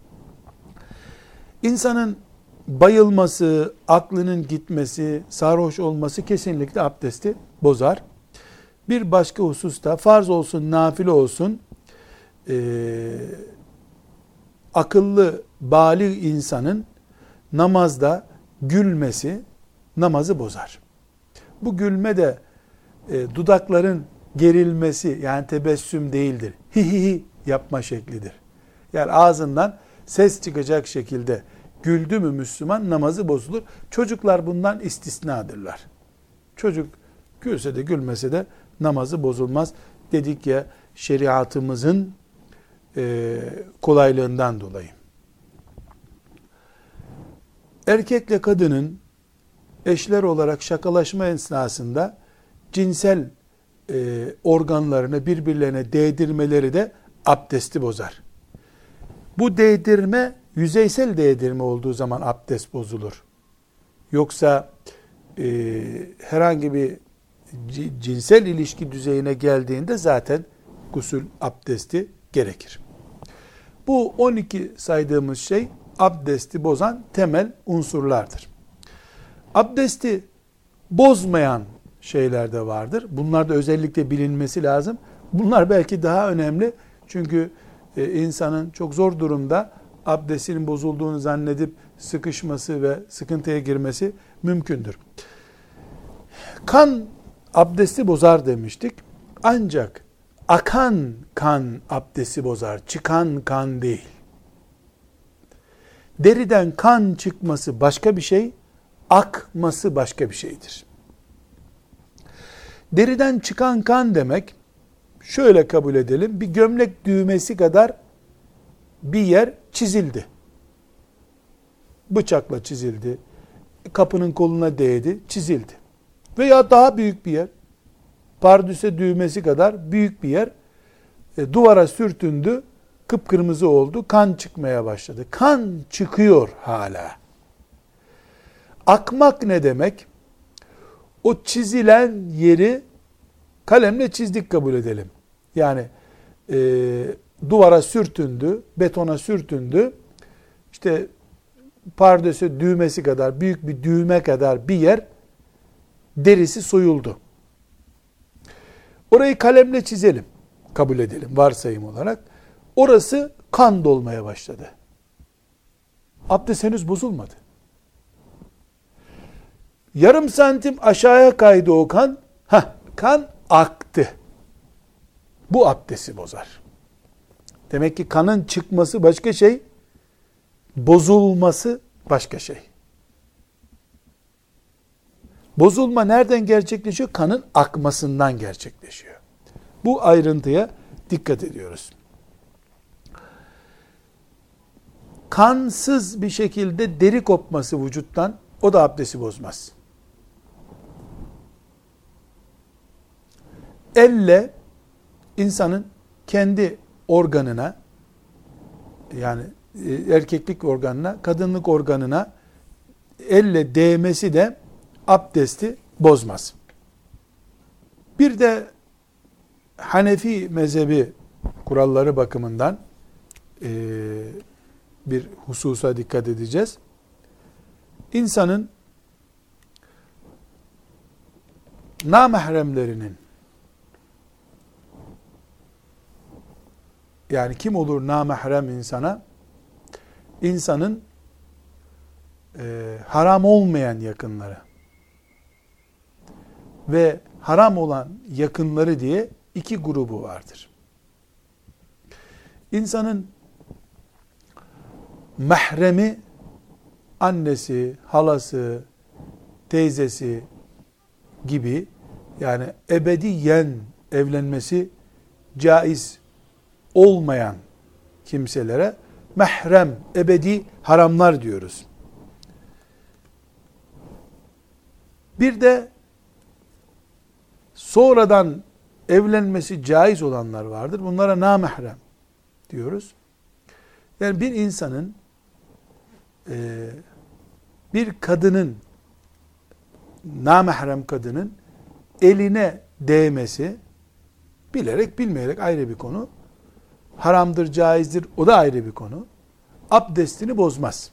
İnsanın bayılması, aklının gitmesi, sarhoş olması kesinlikle abdesti bozar. Bir başka hususta farz olsun, nafile olsun, e, akıllı, bâlig insanın namazda gülmesi namazı bozar. Bu gülme de e, dudakların gerilmesi, yani tebessüm değildir. Hi hi hi yapma şeklidir. Yani ağzından ses çıkacak şekilde güldü mü Müslüman namazı bozulur. Çocuklar bundan istisnadırlar. Çocuk gülse de gülmese de namazı bozulmaz. Dedik ya, şeriatımızın e, kolaylığından dolayı. Erkekle kadının eşler olarak şakalaşma esnasında cinsel e, organlarını birbirlerine değdirmeleri de abdesti bozar. Bu değdirme yüzeysel değdirme olduğu zaman abdest bozulur. Yoksa e, herhangi bir cinsel ilişki düzeyine geldiğinde zaten gusül abdesti gerekir. Bu on iki saydığımız şey abdesti bozan temel unsurlardır. Abdesti bozmayan şeyler de vardır. Bunlar da özellikle bilinmesi lazım. Bunlar belki daha önemli. Çünkü e, insanın çok zor durumda abdestinin bozulduğunu zannedip sıkışması ve sıkıntıya girmesi mümkündür. Kan abdesti bozar demiştik. Ancak akan kan abdesti bozar. Çıkan kan değil. Deriden kan çıkması başka bir şey, akması başka bir şeydir. Deriden çıkan kan demek, şöyle kabul edelim, bir gömlek düğmesi kadar bir yer çizildi. Bıçakla çizildi, kapının koluna değdi, çizildi. Veya daha büyük bir yer, pardüse düğmesi kadar büyük bir yer, e, duvara sürtündü, kıpkırmızı oldu, kan çıkmaya başladı. Kan çıkıyor hala. Akmak ne demek? O çizilen yeri kalemle çizdik kabul edelim. Yani e, duvara sürtündü, betona sürtündü. İşte pardösü düğmesi kadar, büyük bir düğme kadar bir yer derisi soyuldu. Orayı kalemle çizelim, kabul edelim varsayım olarak. Orası kan dolmaya başladı. Abdest henüz bozulmadı. Yarım santim aşağıya kaydı o kan. Heh, kan aktı. Bu abdesti bozar. Demek ki kanın çıkması başka şey, bozulması başka şey. Bozulma nereden gerçekleşiyor? Kanın akmasından gerçekleşiyor. Bu ayrıntıya dikkat ediyoruz. Kansız bir şekilde deri kopması vücuttan, o da abdesti bozmaz. Elle insanın kendi organına, yani erkeklik organına, kadınlık organına elle değmesi de abdesti bozmaz. Bir de Hanefi mezhebi kuralları bakımından e, bir hususa dikkat edeceğiz. İnsanın namahremlerinin, yani kim olur namahrem insana? İnsanın e, haram olmayan yakınları ve haram olan yakınları diye iki grubu vardır. İnsanın mahremi annesi, halası, teyzesi gibi, yani ebediyen evlenmesi caiz olmayan kimselere mahrem, ebedi haramlar diyoruz. Bir de sonradan evlenmesi caiz olanlar vardır. Bunlara namahrem diyoruz. Yani bir insanın e, bir kadının, namahrem kadının eline değmesi, bilerek bilmeyerek ayrı bir konu. Haramdır, caizdir, o da ayrı bir konu. Abdestini bozmaz.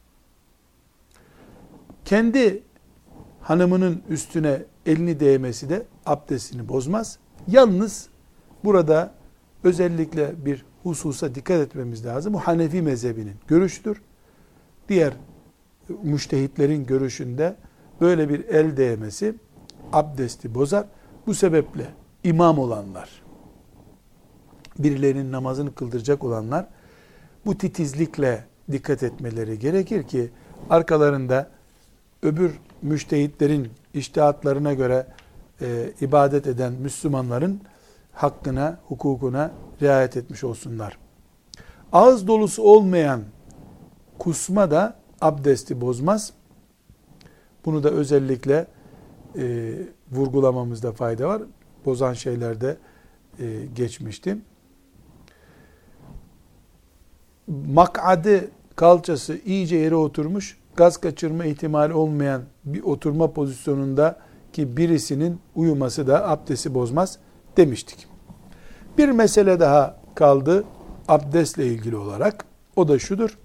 Kendi hanımının üstüne elini değmesi de abdestini bozmaz. Yalnız burada özellikle bir hususa dikkat etmemiz lazım. Bu Hanefi mezhebinin görüşüdür. Diğer müştehitlerin görüşünde böyle bir el değmesi abdesti bozar. Bu sebeple imam olanlar, birilerinin namazını kıldıracak olanlar bu titizlikle dikkat etmeleri gerekir ki arkalarında öbür müştehitlerin içtihatlarına göre e, ibadet eden Müslümanların hakkına, hukukuna riayet etmiş olsunlar. Ağız dolusu olmayan kusma da abdesti bozmaz. Bunu da özellikle e, vurgulamamızda fayda var. Bozan şeylerde e, geçmiştim. Mak'adı, kalçası iyice yere oturmuş, gaz kaçırma ihtimali olmayan bir oturma pozisyonunda ki birisinin uyuması da abdesti bozmaz demiştik. Bir mesele daha kaldı abdestle ilgili olarak. O da şudur.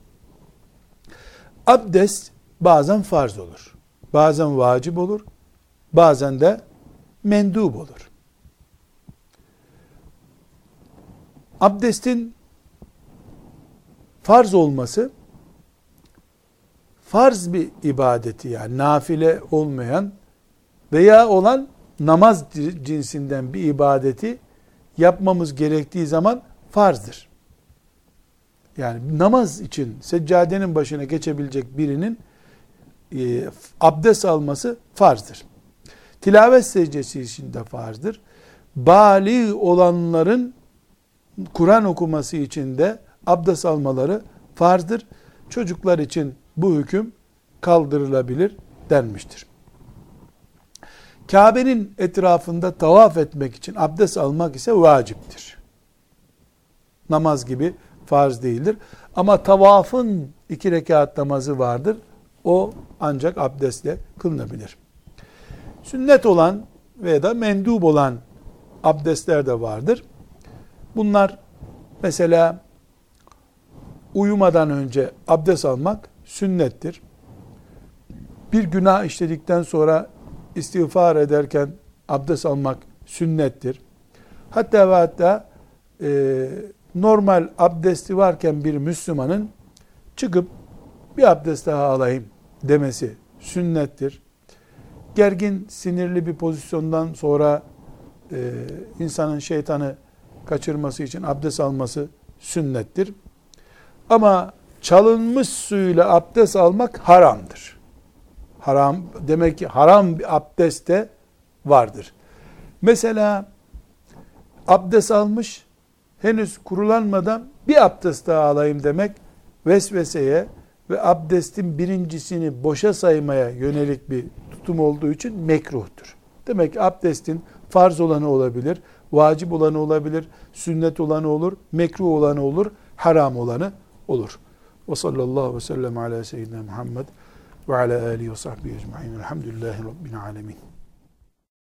Abdest bazen farz olur. Bazen vacip olur. Bazen de mendub olur. Abdestin farz olması, farz bir ibadeti, yani nafile olmayan veya olan namaz cinsinden bir ibadeti yapmamız gerektiği zaman farzdır. Yani namaz için seccadenin başına geçebilecek birinin e, abdest alması farzdır. Tilavet secdesi için de farzdır. Bâli olanların Kur'an okuması için de abdest almaları farzdır. Çocuklar için bu hüküm kaldırılabilir denmiştir. Kabe'nin etrafında tavaf etmek için abdest almak ise vaciptir. Namaz gibi farz değildir. Ama tavafın iki rekat namazı vardır. O ancak abdestle kılınabilir. Sünnet olan veya da mendub olan abdestler de vardır. Bunlar mesela uyumadan önce abdest almak sünnettir. Bir günah işledikten sonra istiğfar ederken abdest almak sünnettir. Hatta ve hatta e, normal abdesti varken bir Müslümanın çıkıp bir abdest daha alayım demesi sünnettir. Gergin, sinirli bir pozisyondan sonra e, insanın şeytanı kaçırması için abdest alması sünnettir. Ama çalınmış suyla abdest almak haramdır. Haram demek ki haram bir abdest de vardır. Mesela abdest almış, henüz kurulanmadan bir abdest daha alayım demek vesveseye ve abdestin birincisini boşa saymaya yönelik bir tutum olduğu için mekruhtur. Demek ki abdestin Farz olanı olabilir, vacip olanı olabilir, sünnet olanı olur, mekruh olanı olur, haram olanı olur. Ve sallallahu ve sellem ala seyyidina Muhammed ve ala alihi ve sahbihi ecma'in. Elhamdülillahi Rabbil alemin.